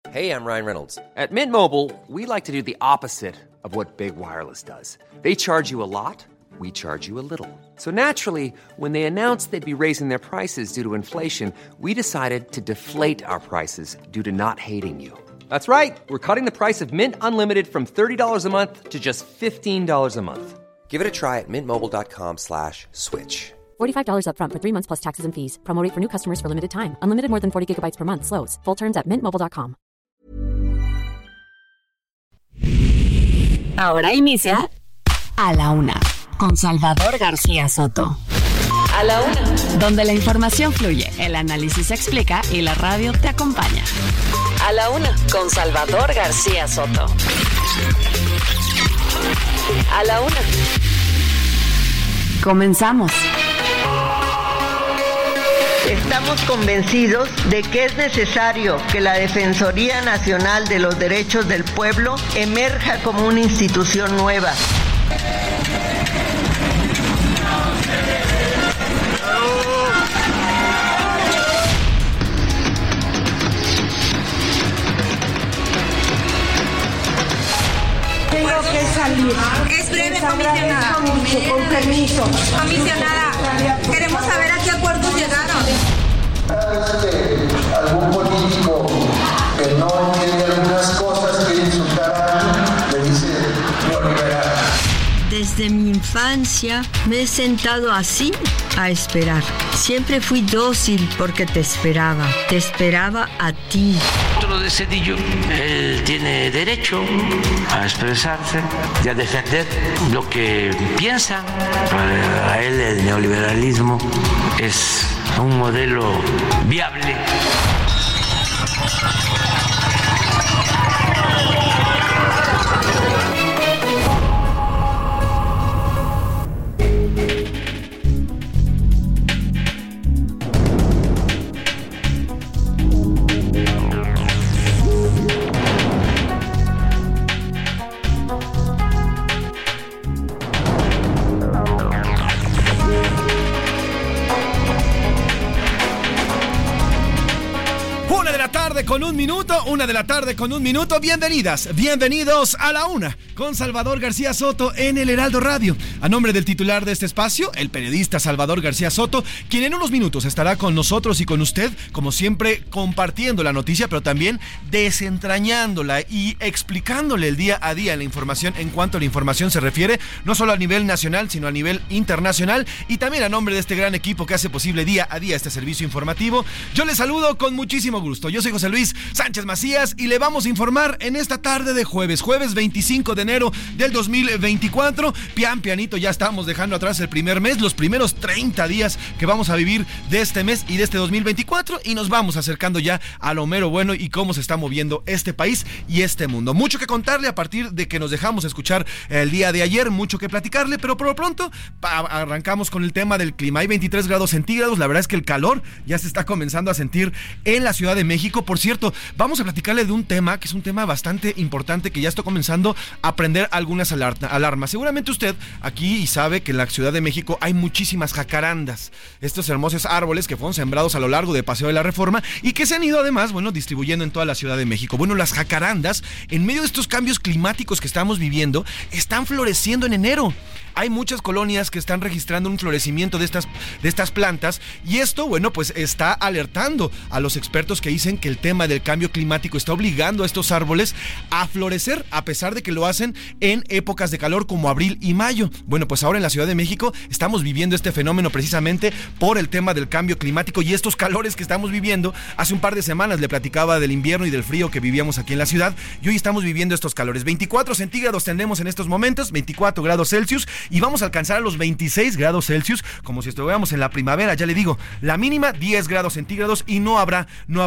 Hey, I'm Ryan Reynolds. At Mint Mobile, we like to do the opposite of what Big Wireless does. They charge you a lot, we charge you a little. So naturally, when they announced they'd be raising their prices due to inflation, we decided to deflate our prices due to not hating you. That's right. We're cutting the price of Mint Unlimited from $30 a month to just $15 a month. Give it a try at mintmobile.com/switch. $45 up front for 3 months plus taxes and fees. Promo rate for new customers for limited time. Unlimited more than 40 gigabytes per month. Slows full terms at mintmobile.com. Ahora inicia A la Una con Salvador García Soto. A la Una, donde la información fluye, el análisis se explica y la radio te acompaña. A la Una con Salvador García Soto. A la Una. Comenzamos. Estamos convencidos de que es necesario que la Defensoría Nacional de los Derechos del Pueblo emerja como una institución nueva. Tengo que salir. Es breve, comisionada. Con permiso. Comisionada, queremos saber a qué acuerdos llegaron. Algún político que no entiende algunas cosas quiere insultar a alguien, le dice neoliberal. Desde mi infancia me he sentado así a esperar. Siempre fui dócil porque te esperaba a ti. Otro de Cedillo, él tiene derecho a expresarse y a defender lo que piensa. Para él el neoliberalismo es un modelo viable. Una de la tarde con un minuto. Bienvenidos a La Una con Salvador García Soto en el Heraldo Radio. A nombre del titular de este espacio, el periodista Salvador García Soto, quien en unos minutos estará con nosotros y con usted, como siempre, compartiendo la noticia, pero también desentrañándola y explicándole el día a día la información en cuanto a la información se refiere, no solo a nivel nacional, sino a nivel internacional. Y también a nombre de este gran equipo que hace posible día a día este servicio informativo, yo les saludo con muchísimo gusto. Yo soy José Luis Sánchez Macías y le vamos a informar en esta tarde de jueves 25 de enero del 2024. Pianito, ya estamos dejando atrás el primer mes, los primeros 30 días que vamos a vivir de este mes y de este 2024, y nos vamos acercando ya a lo mero bueno y cómo se está moviendo este país y este mundo. Mucho que contarle a partir de que nos dejamos escuchar el día de ayer, mucho que platicarle, pero por lo pronto arrancamos con el tema del clima. Hay 23 grados centígrados, la verdad es que el calor ya se está comenzando a sentir en la Ciudad de México. Por cierto, vamos a platicarle de un tema que es un tema bastante importante, que ya está comenzando a prender algunas alarmas. Seguramente usted aquí sabe que en la Ciudad de México hay muchísimas jacarandas, estos hermosos árboles que fueron sembrados a lo largo de Paseo de la Reforma y que se han ido además, distribuyendo en toda la Ciudad de México. Las jacarandas, en medio de estos cambios climáticos que estamos viviendo, están floreciendo en enero. Hay muchas colonias que están registrando un florecimiento de estas plantas, y esto, pues está alertando a los expertos que dicen que el tema del cambio climático está obligando a estos árboles a florecer, a pesar de que lo hacen en épocas de calor como abril y mayo. Pues ahora en la Ciudad de México estamos viviendo este fenómeno precisamente por el tema del cambio climático y estos calores que estamos viviendo. Hace un par de semanas le platicaba del invierno y del frío que vivíamos aquí en la ciudad, y hoy estamos viviendo estos calores. 24 centígrados tenemos en estos momentos, 24 grados Celsius, y vamos a alcanzar a los 26 grados Celsius, como si estuviéramos en la primavera. Ya le digo, la mínima 10 grados centígrados y no habrá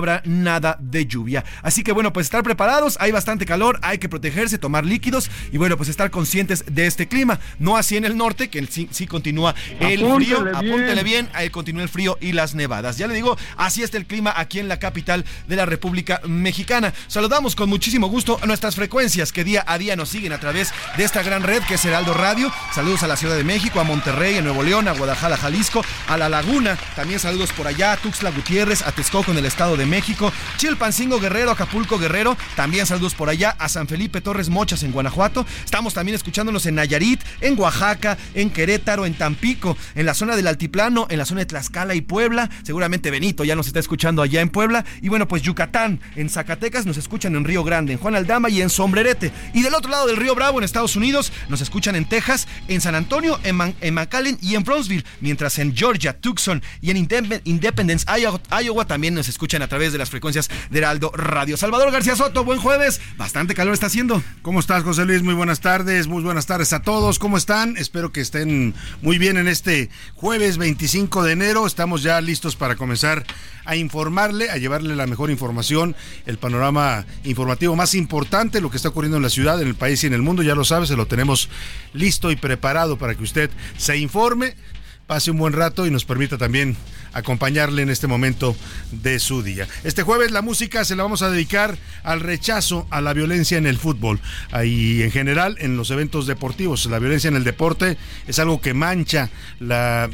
nada de lluvia. Así que pues estar preparados, hay bastante calor, hay que protegerse, tomar líquidos y pues estar conscientes de este clima. No así en el norte, que sí continúa el frío. Apúntele bien, ahí continúa el frío y las nevadas. Ya le digo, así está el clima aquí en la capital de la República Mexicana. Saludamos con muchísimo gusto a nuestras frecuencias que día a día nos siguen a través de esta gran red que es Heraldo Radio. Saludos a la Ciudad de México, a Monterrey, a Nuevo León, a Guadalajara, Jalisco, a La Laguna. También saludos por allá a Tuxtla Gutiérrez, a Texcoco en el Estado de México, Chilpancingo, Guerrero, Acapulco, Guerrero. También saludos por allá a San Felipe Torres Mochas en Guanajuato. Estamos también escuchándonos en Nayarit, en Oaxaca, en Querétaro, en Tampico, en la zona del Altiplano, en la zona de Tlaxcala y Puebla. Seguramente Benito ya nos está escuchando allá en Puebla. Y bueno, pues Yucatán, en Zacatecas, nos escuchan en Río Grande, en Juan Aldama y en Sombrerete. Y del otro lado del Río Bravo, en Estados Unidos, nos escuchan en Texas, en San Antonio, en McAllen y en Brownsville. Mientras en Georgia, Tucson y en Independence, Iowa, también nos escuchan a través de las frecuencias de Heraldo Radio. Salvador García Soto, buen jueves. Bastante calor está haciendo. ¿Cómo estás, José Luis? Muy buenas tardes a todos. ¿Cómo están? Espero que estén muy bien en este jueves 25 de enero. Estamos ya listos para comenzar a informarle, a llevarle la mejor información, el panorama informativo más importante, lo que está ocurriendo en la ciudad, en el país y en el mundo. Ya lo sabe, se lo tenemos listo y preparado para que usted se informe, pase un buen rato y nos permita también acompañarle en este momento de su día. Este jueves la música se la vamos a dedicar al rechazo a la violencia en el fútbol y en general en los eventos deportivos. La violencia en el deporte es algo que mancha la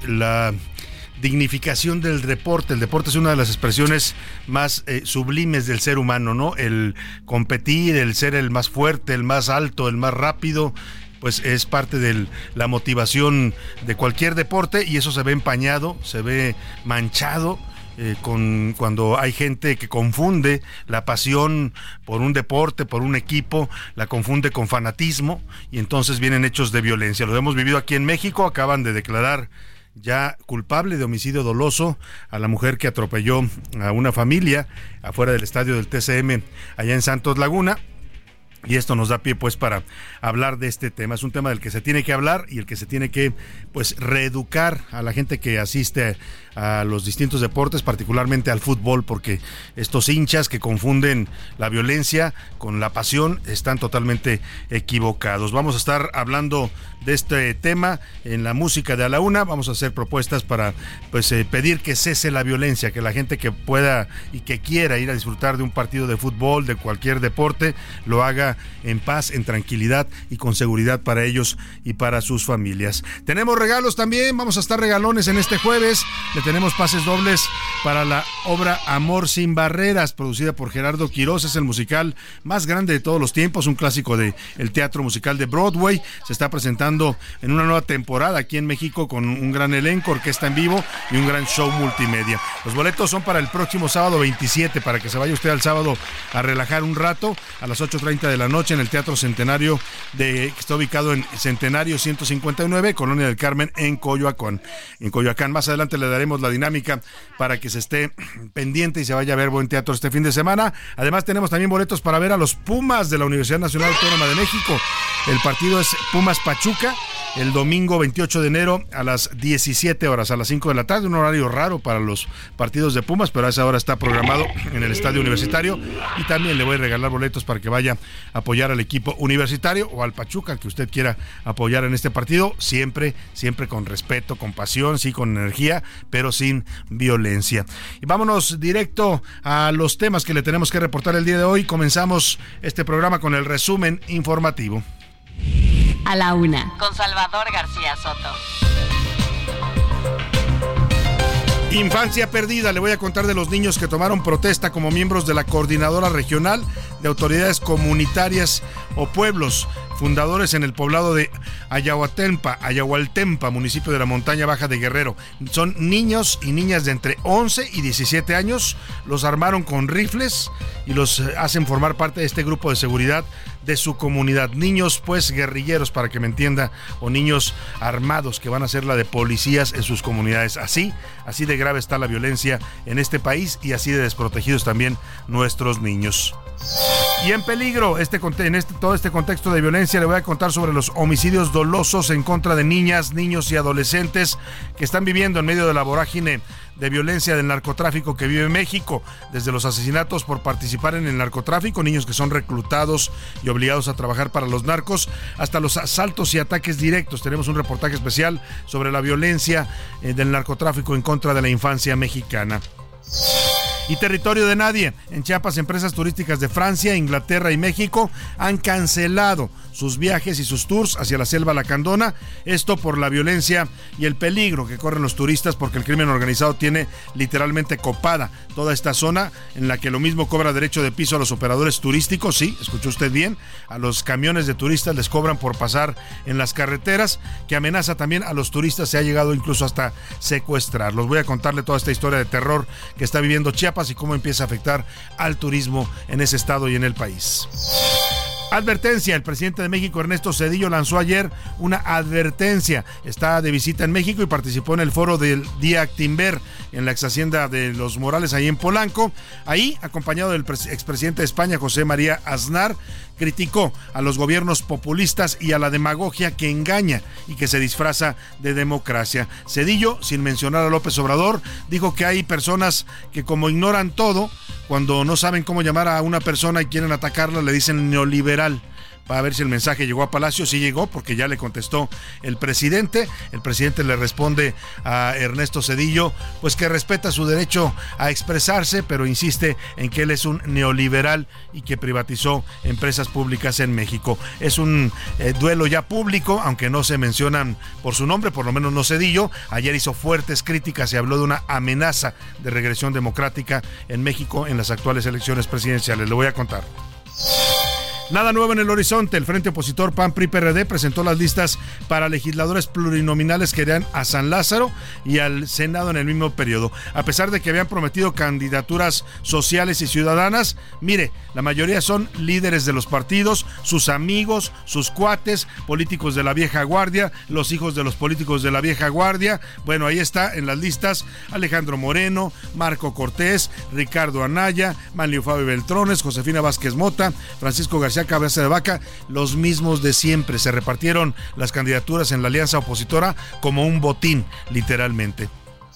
dignificación del deporte. El deporte es una de las expresiones más sublimes del ser humano, ¿no? El competir, el ser el más fuerte, el más alto, el más rápido, pues es parte de la motivación de cualquier deporte, y eso se ve empañado, se ve manchado cuando hay gente que confunde la pasión por un deporte, por un equipo, la confunde con fanatismo, y entonces vienen hechos de violencia. Lo hemos vivido aquí en México. Acaban de declarar ya culpable de homicidio doloso a la mujer que atropelló a una familia afuera del estadio del TCM allá en Santos Laguna. Y esto nos da pie pues para hablar de este tema. Es un tema del que se tiene que hablar y el que se tiene que pues reeducar a la gente que asiste a los distintos deportes, particularmente al fútbol, porque estos hinchas que confunden la violencia con la pasión están totalmente equivocados. Vamos a estar hablando de este tema en la música de A la Una. Vamos a hacer propuestas para pues pedir que cese la violencia, que la gente que pueda y que quiera ir a disfrutar de un partido de fútbol, de cualquier deporte, lo haga en paz, en tranquilidad y con seguridad para ellos y para sus familias. Tenemos regalos también, vamos a estar regalones en este jueves. Le tenemos pases dobles para la obra Amor sin Barreras, producida por Gerardo Quirós. Es el musical más grande de todos los tiempos, un clásico del teatro musical de Broadway. Se está presentando en una nueva temporada aquí en México con un gran elenco, orquesta en vivo y un gran show multimedia. Los boletos son para el próximo sábado 27, para que se vaya usted al sábado a relajar un rato a las 8:30 de la noche en el Teatro Centenario, que está ubicado en Centenario 159, Colonia del Carmen, en Coyoacán. Más adelante le daremos la dinámica para que se esté pendiente y se vaya a ver buen teatro este fin de semana. Además tenemos también boletos para ver a los Pumas de la Universidad Nacional Autónoma de México. El partido es Pumas Pachuca, el domingo 28 de enero a las 17 horas, a las 5 de la tarde, un horario raro para los partidos de Pumas, pero a esa hora está programado en el Estadio Universitario. Y también le voy a regalar boletos para que vaya a apoyar al equipo universitario o al Pachuca, al que usted quiera apoyar en este partido, siempre con respeto, con pasión, sí, con energía, pero sin violencia. Y vámonos directo a los temas que le tenemos que reportar el día de hoy. Comenzamos este programa con el resumen informativo. A la Una, con Salvador García Soto. Infancia perdida. Le voy a contar de los niños que tomaron protesta como miembros de la Coordinadora Regional de Autoridades Comunitarias o Pueblos, fundadores en el poblado de Ayahualtempa, municipio de la Montaña Baja de Guerrero. Son niños y niñas de entre 11 y 17 años. Los armaron con rifles y los hacen formar parte de este grupo de seguridad de su comunidad. Niños pues guerrilleros, para que me entienda, o niños armados que van a ser la de policías en sus comunidades. Así de grave está la violencia en este país y así de desprotegidos también nuestros niños. Y en peligro, todo este contexto de violencia, le voy a contar sobre los homicidios dolosos en contra de niñas, niños y adolescentes que están viviendo en medio de la vorágine de violencia del narcotráfico que vive México, desde los asesinatos por participar en el narcotráfico, niños que son reclutados y obligados a trabajar para los narcos, hasta los asaltos y ataques directos. Tenemos un reportaje especial sobre la violencia del narcotráfico en contra de la infancia mexicana. Y territorio de nadie. En Chiapas, empresas turísticas de Francia, Inglaterra y México han cancelado sus viajes y sus tours hacia la selva lacandona. Esto por la violencia y el peligro que corren los turistas, porque el crimen organizado tiene literalmente copada toda esta zona, en la que lo mismo cobra derecho de piso a los operadores turísticos. Sí, escuchó usted bien, a los camiones de turistas les cobran por pasar en las carreteras, que amenaza también a los turistas. Se ha llegado incluso hasta secuestrarlos. Voy a contarle toda esta historia de terror que está viviendo Chiapas y cómo empieza a afectar al turismo en ese estado y en el país. Advertencia, el presidente de México, Ernesto Zedillo, lanzó ayer una advertencia. Está de visita en México y participó en el foro del Día Actinver en la ex hacienda de Los Morales, ahí en Polanco. Ahí, acompañado del expresidente de España, José María Aznar, criticó a los gobiernos populistas y a la demagogia que engaña y que se disfraza de democracia. Zedillo, sin mencionar a López Obrador, dijo que hay personas que, como ignoran todo, cuando no saben cómo llamar a una persona y quieren atacarla, le dicen neoliberal. Para ver si el mensaje llegó a Palacio. Sí llegó, porque ya le contestó el presidente. El presidente le responde a Ernesto Zedillo, pues que respeta su derecho a expresarse, pero insiste en que él es un neoliberal y que privatizó empresas públicas en México. Es un duelo ya público, aunque no se mencionan por su nombre, por lo menos no Zedillo. Ayer hizo fuertes críticas y habló de una amenaza de regresión democrática en México en las actuales elecciones presidenciales. Le voy a contar. Nada nuevo en el horizonte. El frente opositor PAN-PRI-PRD presentó las listas para legisladores plurinominales que irían a San Lázaro y al Senado en el mismo periodo. A pesar de que habían prometido candidaturas sociales y ciudadanas, mire, la mayoría son líderes de los partidos, sus amigos, sus cuates, políticos de la vieja guardia, los hijos de los políticos de la vieja guardia. Bueno, ahí está en las listas Alejandro Moreno, Marco Cortés, Ricardo Anaya, Manlio Fabio Beltrones, Josefina Vázquez Mota, Francisco García Cabeza de Vaca, los mismos de siempre. Se repartieron las candidaturas en la alianza opositora como un botín, literalmente.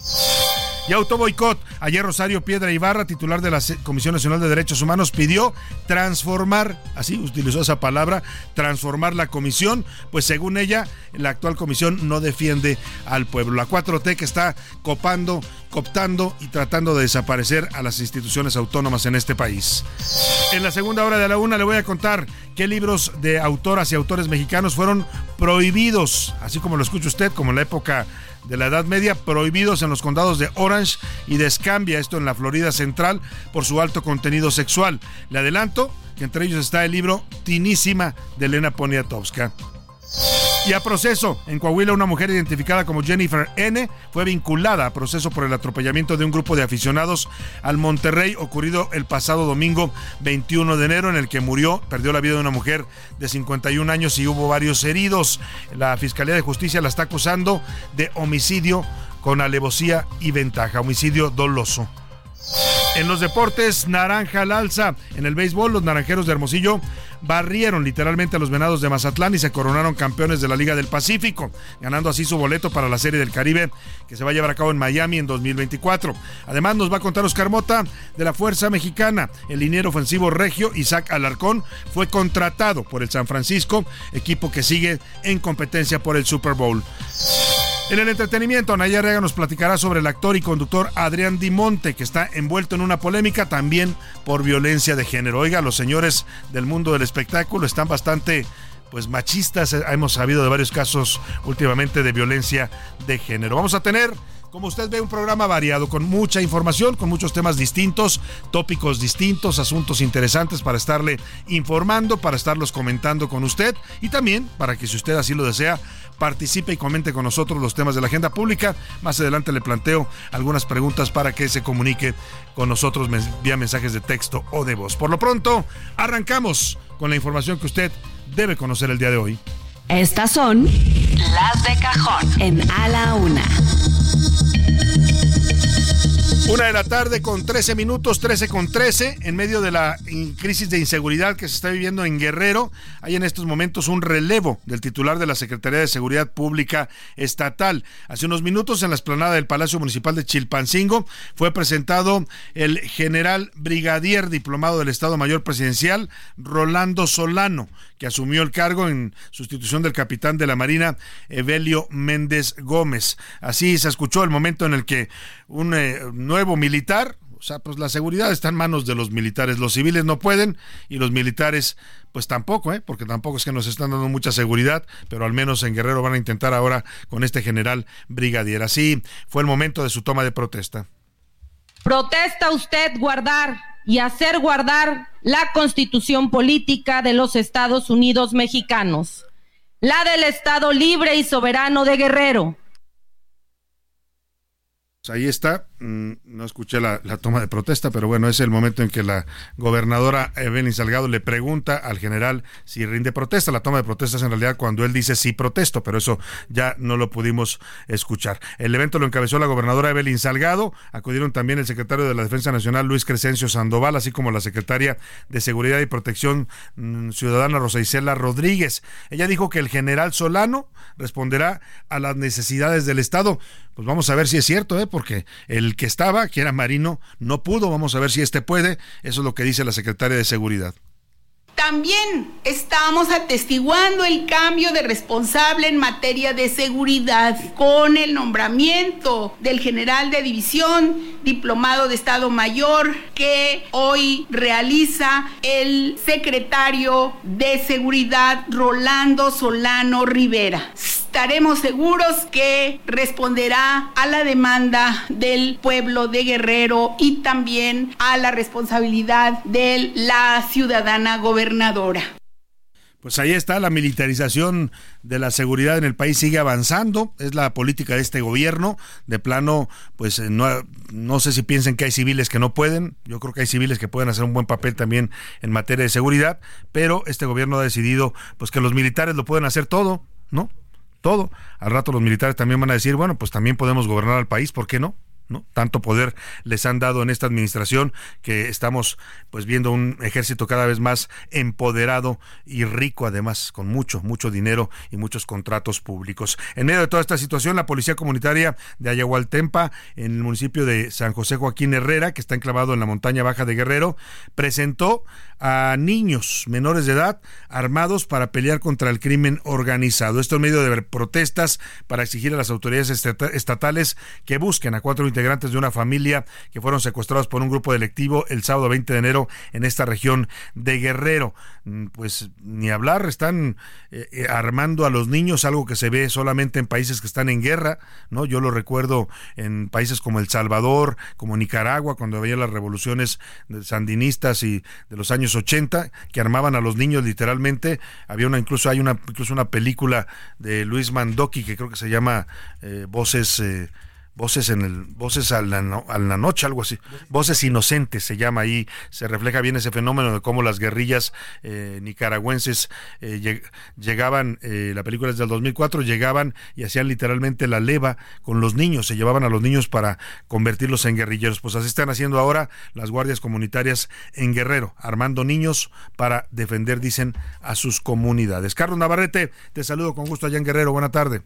Y autoboicot. Ayer Rosario Piedra Ibarra, titular de la Comisión Nacional de Derechos Humanos, pidió transformar, así utilizó esa palabra, transformar la comisión, pues según ella, la actual comisión no defiende al pueblo. La 4T que está cooptando y tratando de desaparecer a las instituciones autónomas en este país. En la segunda hora de la una le voy a contar qué libros de autoras y autores mexicanos fueron prohibidos, así como lo escucha usted, como en la época de la Edad Media, prohibidos en los condados de Orange y de Escambia, esto en la Florida Central, por su alto contenido sexual. Le adelanto que entre ellos está el libro Tinísima de Elena Poniatowska. Y a proceso, en Coahuila, una mujer identificada como Jennifer N. fue vinculada a proceso por el atropellamiento de un grupo de aficionados al Monterrey, ocurrido el pasado domingo 21 de enero, en el que perdió la vida de una mujer de 51 años y hubo varios heridos. La Fiscalía de Justicia la está acusando de homicidio con alevosía y ventaja, homicidio doloso. En los deportes, naranja al alza. En el béisbol, los naranjeros de Hermosillo barrieron literalmente a los Venados de Mazatlán y se coronaron campeones de la Liga del Pacífico, ganando así su boleto para la Serie del Caribe que se va a llevar a cabo en Miami en 2024. Además, nos va a contar Oscar Mota de la Fuerza Mexicana. El liniero ofensivo regio Isaac Alarcón fue contratado por el San Francisco, equipo que sigue en competencia por el Super Bowl. En el entretenimiento, Anaya Arriaga nos platicará sobre el actor y conductor Adrián Dimonte, que está envuelto en una polémica también por violencia de género. Oiga, los señores del mundo del espectáculo están bastante machistas. Hemos sabido de varios casos últimamente de violencia de género. Vamos a tener, como usted ve, un programa variado, con mucha información, con muchos temas distintos, tópicos distintos, asuntos interesantes para estarle informando, para estarlos comentando con usted y también para que, si usted así lo desea, participe y comente con nosotros los temas de la agenda pública. Más adelante le planteo algunas preguntas para que se comunique con nosotros vía mensajes de texto o de voz. Por lo pronto, arrancamos con la información que usted debe conocer el día de hoy. Estas son las de cajón en A la Una. 1 de la tarde con 13 minutos, 13:13, en medio de la crisis de inseguridad que se está viviendo en Guerrero. Hay en estos momentos un relevo del titular de la Secretaría de Seguridad Pública Estatal. Hace unos minutos, en la explanada del Palacio Municipal de Chilpancingo, fue presentado el general brigadier diplomado del Estado Mayor Presidencial, Rolando Solano, que asumió el cargo en sustitución del capitán de la Marina, Evelio Méndez Gómez. Así se escuchó el momento en el que un nuevo militar, O sea, pues la seguridad está en manos de los militares. Los civiles no pueden y los militares pues tampoco, porque tampoco es que nos están dando mucha seguridad, pero al menos en Guerrero van a intentar ahora con este general brigadier. Así fue el momento de su toma de protesta. ¿Protesta usted guardar y hacer guardar la Constitución política de los Estados Unidos mexicanos, la del Estado libre y soberano de Guerrero? Ahí está, no escuché la toma de protesta, pero bueno, es el momento en que la gobernadora Evelyn Salgado le pregunta al general si rinde protesta. La toma de protesta es en realidad cuando él dice sí protesto, pero eso ya no lo pudimos escuchar. El evento lo encabezó la gobernadora Evelyn Salgado, acudieron también el secretario de la Defensa Nacional Luis Crescencio Sandoval, así como la secretaria de Seguridad y Protección Ciudadana Rosa Isela Rodríguez. Ella dijo que el general Solano responderá a las necesidades del Estado. Pues vamos a ver si es cierto, porque el que estaba, que era Marino, no pudo. Vamos a ver si este puede. Eso es lo que dice la secretaria de Seguridad. También estamos atestiguando el cambio de responsable en materia de seguridad con el nombramiento del general de división, diplomado de Estado Mayor, que hoy realiza el secretario de Seguridad, Rolando Solano Rivera. Estaremos seguros que responderá a la demanda del pueblo de Guerrero y también a la responsabilidad de la ciudadana gobernadora. Pues ahí está, la militarización de la seguridad en el país sigue avanzando, es la política de este gobierno. De plano, pues no sé si piensen que hay civiles que no pueden, yo creo que hay civiles que pueden hacer un buen papel también en materia de seguridad, pero este gobierno ha decidido pues que los militares lo pueden hacer todo, ¿no? Todo. Al rato los militares también van a decir, bueno, pues también podemos gobernar al país, ¿por qué no? ¿No? Tanto poder les han dado en esta administración que estamos pues viendo un ejército cada vez más empoderado y rico, además con mucho dinero y muchos contratos públicos. En medio de toda esta situación, la Policía Comunitaria de Ayahualtempa, en el municipio de San José Joaquín Herrera, que está enclavado en la montaña baja de Guerrero, presentó a niños menores de edad armados para pelear contra el crimen organizado. Esto en medio de protestas para exigir a las autoridades estatales que busquen a 4 integrantes de una familia que fueron secuestrados por un grupo delictivo el sábado 20 de enero en esta región de Guerrero. Pues ni hablar, están armando a los niños, algo que se ve solamente en países que están en guerra, ¿no? Yo lo recuerdo en países como El Salvador, como Nicaragua, cuando había las revoluciones sandinistas y de los años 80, que armaban a los niños literalmente. Hay una película de Luis Mandoki que creo que se llama Voces a la noche, algo así. Voces Inocentes se llama. Ahí se refleja bien ese fenómeno de cómo las guerrillas nicaragüenses llegaban, la película es del 2004, llegaban y hacían literalmente la leva con los niños, se llevaban a los niños para convertirlos en guerrilleros. Pues así están haciendo ahora las guardias comunitarias en Guerrero, armando niños para defender, dicen, a sus comunidades. Carlos Navarrete, te saludo con gusto allá en Guerrero. Buena tarde.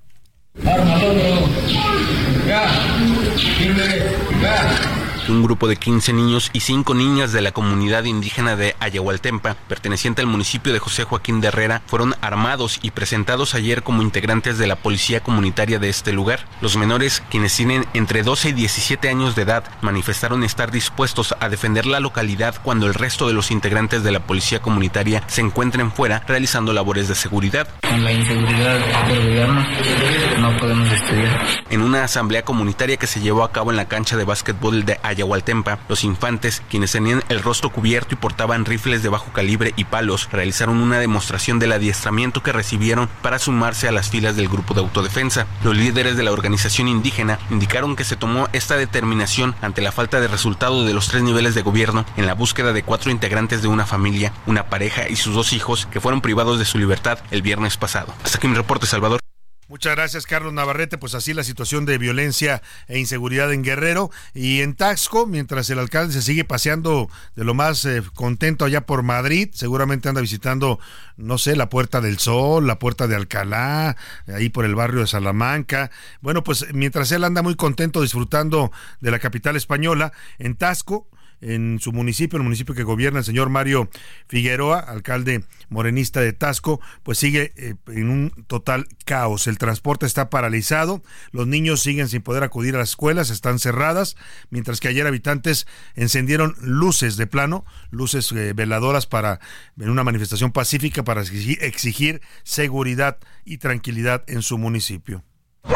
Un grupo de 15 niños y 5 niñas de la comunidad indígena de Ayahualtempa, perteneciente al municipio de José Joaquín de Herrera, fueron armados y presentados ayer como integrantes de la policía comunitaria de este lugar. Los menores, quienes tienen entre 12 y 17 años de edad, manifestaron estar dispuestos a defender la localidad cuando el resto de los integrantes de la policía comunitaria se encuentren fuera realizando labores de seguridad. Con la inseguridad del gobierno no podemos estudiar. En una asamblea comunitaria que se llevó a cabo en la cancha de básquetbol de Ayahualtempa, los infantes, quienes tenían el rostro cubierto y portaban rifles de bajo calibre y palos, realizaron una demostración del adiestramiento que recibieron para sumarse a las filas del grupo de autodefensa. Los líderes de la organización indígena indicaron que se tomó esta determinación ante la falta de resultado de los 3 niveles de gobierno en la búsqueda de 4 integrantes de una familia, una pareja y sus 2 hijos que fueron privados de su libertad el viernes pasado. Hasta aquí mi reporte, Salvador. Muchas gracias, Carlos Navarrete. Pues así la situación de violencia e inseguridad en Guerrero. Y en Taxco, mientras el alcalde se sigue paseando de lo más contento allá por Madrid, seguramente anda visitando, no sé, la Puerta del Sol, la Puerta de Alcalá, ahí por el barrio de Salamanca. Bueno, pues mientras él anda muy contento disfrutando de la capital española, en Taxco, en su municipio, el municipio que gobierna el señor Mario Figueroa, alcalde morenista de Taxco, pues sigue en un total caos. El transporte está paralizado, los niños siguen sin poder acudir a las escuelas, están cerradas, mientras que ayer habitantes encendieron luces de plano, luces veladoras en una manifestación pacífica para exigir seguridad y tranquilidad en su municipio.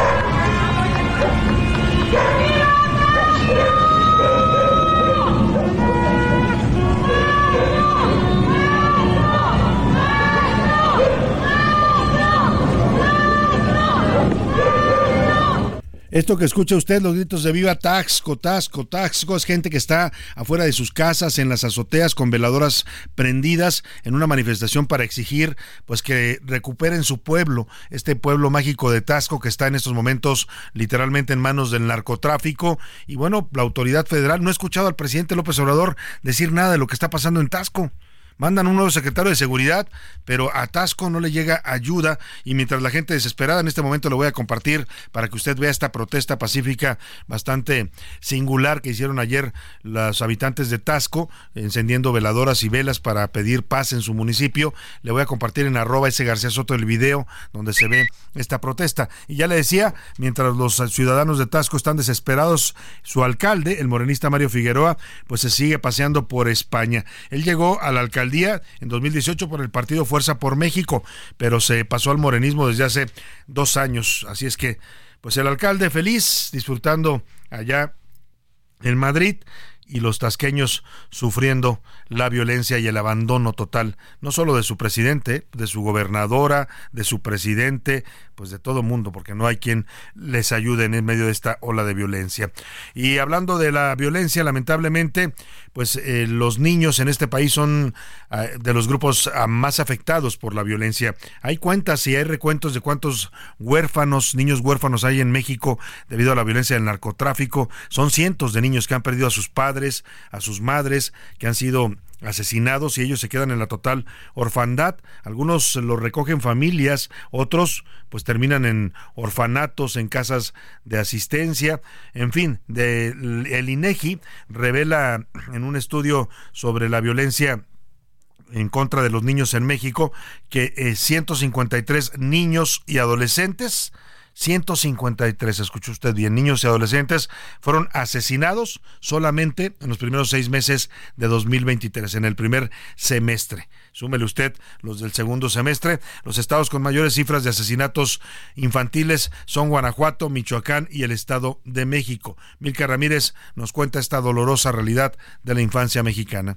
Esto que escucha usted, los gritos de viva Taxco, Taxco, Taxco, es gente que está afuera de sus casas, en las azoteas, con veladoras prendidas, en una manifestación para exigir pues que recuperen su pueblo, este pueblo mágico de Taxco que está en estos momentos literalmente en manos del narcotráfico. Y bueno, la autoridad federal no ha escuchado al presidente López Obrador decir nada de lo que está pasando en Taxco. Mandan un nuevo secretario de seguridad, pero a Taxco no le llega ayuda, y mientras la gente desesperada, en este momento lo voy a compartir para que usted vea esta protesta pacífica bastante singular que hicieron ayer los habitantes de Taxco, encendiendo veladoras y velas para pedir paz en su municipio. Le voy a compartir en @García Soto el video donde se ve esta protesta. Y ya le decía, mientras los ciudadanos de Taxco están desesperados, su alcalde, el morenista Mario Figueroa, pues se sigue paseando por España. Él llegó a la alcaldía en 2018 por el partido Fuerza por México, pero se pasó al morenismo desde hace 2 años. Así es que, pues el alcalde feliz, disfrutando allá en Madrid, y los tasqueños sufriendo la violencia y el abandono total, no solo de su presidente, de su gobernadora, de su presidente, pues de todo mundo, porque no hay quien les ayude en medio de esta ola de violencia. Y hablando de la violencia, lamentablemente, pues los niños en este país son de los grupos más afectados por la violencia. Hay cuentas y hay recuentos de cuántos niños huérfanos hay en México debido a la violencia del narcotráfico. Son cientos de niños que han perdido a sus padres, a sus madres, que han sido asesinados, y ellos se quedan en la total orfandad. Algunos los recogen familias, otros pues terminan en orfanatos, en casas de asistencia. En fin, el INEGI revela en un estudio sobre la violencia en contra de los niños en México que 153 niños y adolescentes, 153, escuchó usted bien, niños y adolescentes fueron asesinados solamente en los primeros 6 meses de 2023, en el primer semestre. Súmele usted los del segundo semestre. Los estados con mayores cifras de asesinatos infantiles son Guanajuato, Michoacán y el Estado de México. Milka Ramírez nos cuenta esta dolorosa realidad de la infancia mexicana.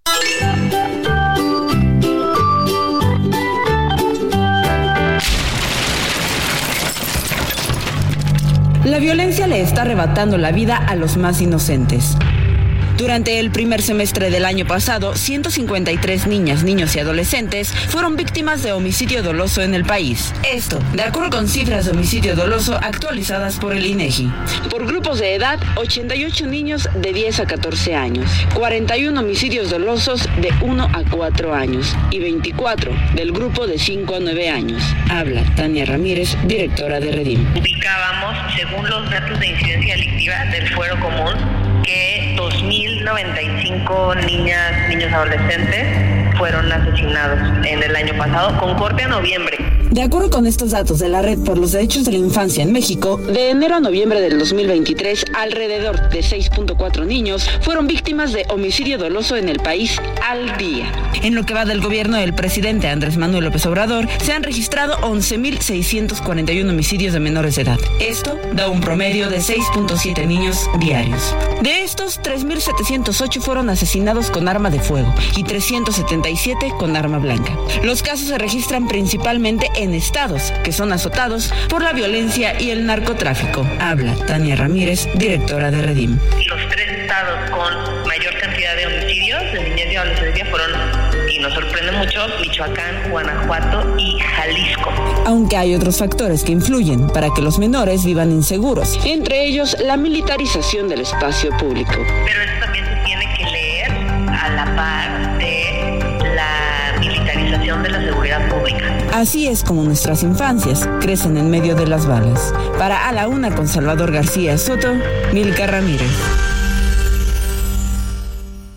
La violencia le está arrebatando la vida a los más inocentes. Durante el primer semestre del año pasado, 153 niñas, niños y adolescentes fueron víctimas de homicidio doloso en el país. Esto, de acuerdo con cifras de homicidio doloso actualizadas por el INEGI. Por grupos de edad, 88 niños de 10 a 14 años, 41 homicidios dolosos de 1 a 4 años y 24 del grupo de 5 a 9 años. Habla Tania Ramírez, directora de Redim. Ubicábamos, según los datos de incidencia delictiva del Fuero Común, que 2.095 niños adolescentes fueron asesinados en el año pasado, con corte a noviembre. De acuerdo con estos datos de la Red por los Derechos de la Infancia en México, de enero a noviembre del 2023, alrededor de 6.4 niños fueron víctimas de homicidio doloso en el país al día. En lo que va del gobierno del presidente Andrés Manuel López Obrador, se han registrado 11.641 homicidios de menores de edad. Esto da un promedio de 6.7 niños diarios. De estos, 3.708 fueron asesinados con arma de fuego y 377 con arma blanca. Los casos se registran principalmente en estados que son azotados por la violencia y el narcotráfico. Habla Tania Ramírez, directora de Redim. Los 3 estados con mayor cantidad de homicidios de niñez y adolescencia fueron, y nos sorprende mucho, Michoacán, Guanajuato y Jalisco. Aunque hay otros factores que influyen para que los menores vivan inseguros, entre ellos la militarización del espacio público. Pero esto también se tiene que leer a la par de la militarización de la seguridad pública. Así es como nuestras infancias crecen en medio de las balas. Para A la Una con Salvador García Soto, Milka Ramírez.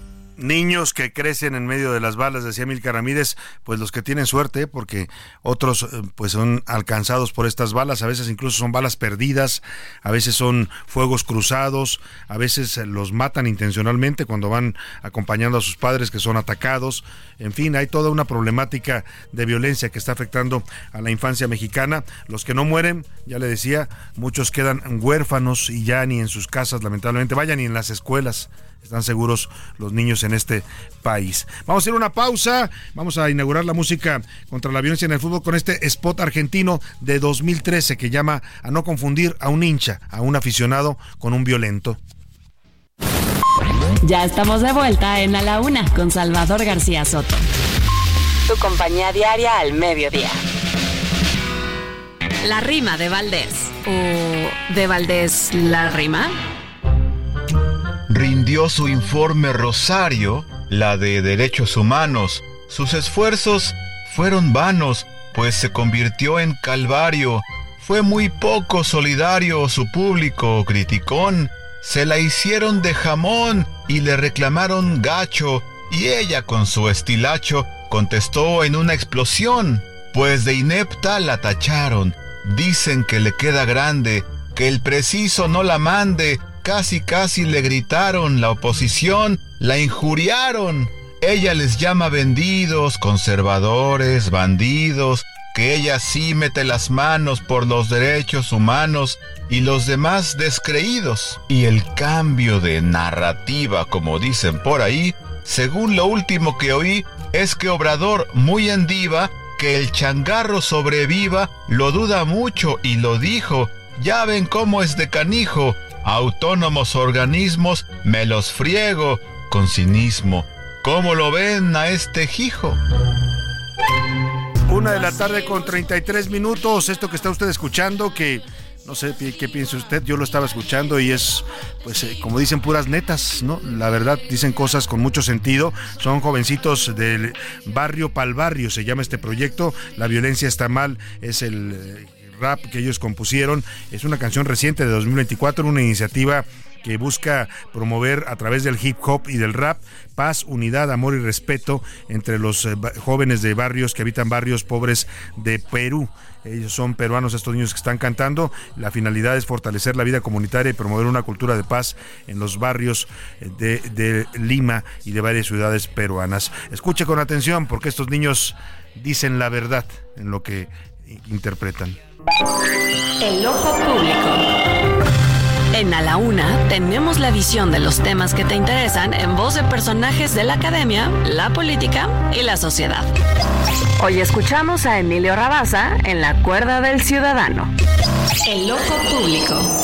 niños que crecen en medio de las balas, decía Milka Ramírez, pues los que tienen suerte, porque otros pues son alcanzados por estas balas, a veces incluso son balas perdidas, a veces son fuegos cruzados, a veces los matan intencionalmente cuando van acompañando a sus padres que son atacados. En fin, hay toda una problemática de violencia que está afectando a la infancia mexicana. Los que no mueren, ya le decía, muchos quedan huérfanos y ya ni en sus casas, lamentablemente, vaya ni en las escuelas están seguros los niños en este país. Vamos a hacer una pausa, vamos a inaugurar la música contra la violencia en el fútbol con este spot argentino de 2013 que llama a no confundir a un hincha, a un aficionado con un violento. Ya estamos de vuelta en A la Una con Salvador García Soto. Tu compañía diaria al mediodía. La rima de Valdés. ¿O de Valdés la rima? Rindió su informe Rosario, la de Derechos Humanos. Sus esfuerzos fueron vanos, pues se convirtió en calvario. Fue muy poco solidario su público criticón. Se la hicieron de jamón y le reclamaron gacho, y ella con su estilacho contestó en una explosión, pues de inepta la tacharon. Dicen que le queda grande, que el preciso no la mande. Casi le gritaron, la oposición la injuriaron. Ella les llama vendidos, conservadores, bandidos, que ella sí mete las manos por los derechos humanos y los demás descreídos. Y el cambio de narrativa, como dicen por ahí, según lo último que oí, es que Obrador, muy en diva, que el changarro sobreviva, lo duda mucho y lo dijo. Ya ven cómo es de canijo. Autónomos organismos me los friego con cinismo. ¿Cómo lo ven a este hijo? 1:00 con 33 minutos. Esto que está usted escuchando, que no sé qué piensa usted, yo lo estaba escuchando y es, pues, como dicen, puras netas, ¿no? La verdad, dicen cosas con mucho sentido. Son jovencitos del Barrio Pa'l Barrio, se llama este proyecto. La violencia está mal, es el rap que ellos compusieron. Es una canción reciente de 2024, una iniciativa que busca promover a través del hip hop y del rap paz, unidad, amor y respeto entre los jóvenes de barrios que habitan barrios pobres de Perú. Ellos son peruanos, estos niños que están cantando. La finalidad es fortalecer la vida comunitaria y promover una cultura de paz en los barrios de Lima y de varias ciudades peruanas. Escuche con atención, porque estos niños dicen la verdad en lo que interpretan. El ojo público. En A la Una tenemos la visión de los temas que te interesan en voz de personajes de la academia, la política y la sociedad. Hoy escuchamos a Emilio Rabasa en La Cuerda del Ciudadano. El ojo público.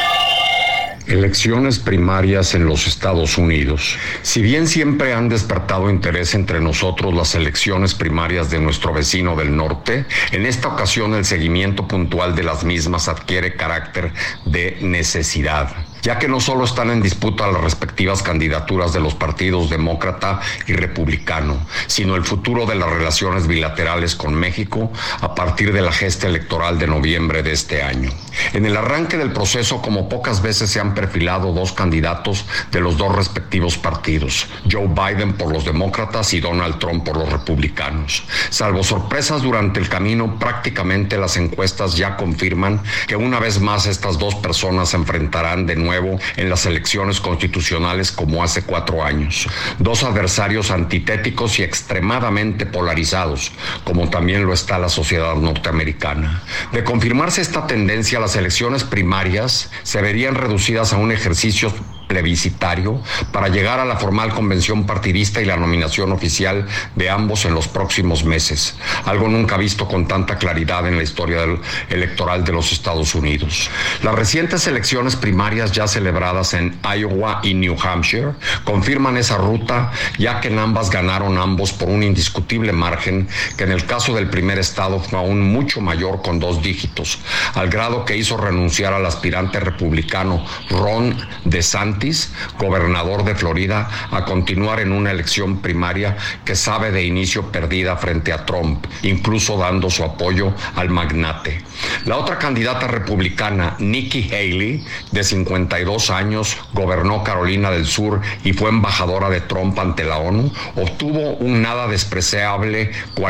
Elecciones primarias en los Estados Unidos. Si bien siempre han despertado interés entre nosotros las elecciones primarias de nuestro vecino del norte, en esta ocasión el seguimiento puntual de las mismas adquiere carácter de necesidad, ya que no solo están en disputa las respectivas candidaturas de los partidos demócrata y republicano, sino el futuro de las relaciones bilaterales con México a partir de la gesta electoral de noviembre de este año. En el arranque del proceso, como pocas veces se han perfilado dos candidatos de los dos respectivos partidos, Joe Biden por los demócratas y Donald Trump por los republicanos. Salvo sorpresas durante el camino, prácticamente las encuestas ya confirman que una vez más estas dos personas se enfrentarán de nuevo en las elecciones constitucionales como hace 4 años. Dos adversarios antitéticos y extremadamente polarizados, como también lo está la sociedad norteamericana. De confirmarse esta tendencia, las elecciones primarias se verían reducidas a un ejercicio plebiscitario para llegar a la formal convención partidista y la nominación oficial de ambos en los próximos meses, algo nunca visto con tanta claridad en la historia electoral de los Estados Unidos. Las recientes elecciones primarias ya celebradas en Iowa y New Hampshire confirman esa ruta, ya que en ambas ganaron ambos por un indiscutible margen que en el caso del primer estado fue aún mucho mayor, con 2 dígitos, al grado que hizo renunciar al aspirante republicano Ron DeSantis DeSantis, gobernador de Florida, a continuar en una elección primaria que sabe de inicio perdida frente a Trump, incluso dando su apoyo al magnate. La otra candidata republicana, Nikki Haley, de 52 años, gobernó Carolina del Sur y fue embajadora de Trump ante la ONU, obtuvo un nada despreciable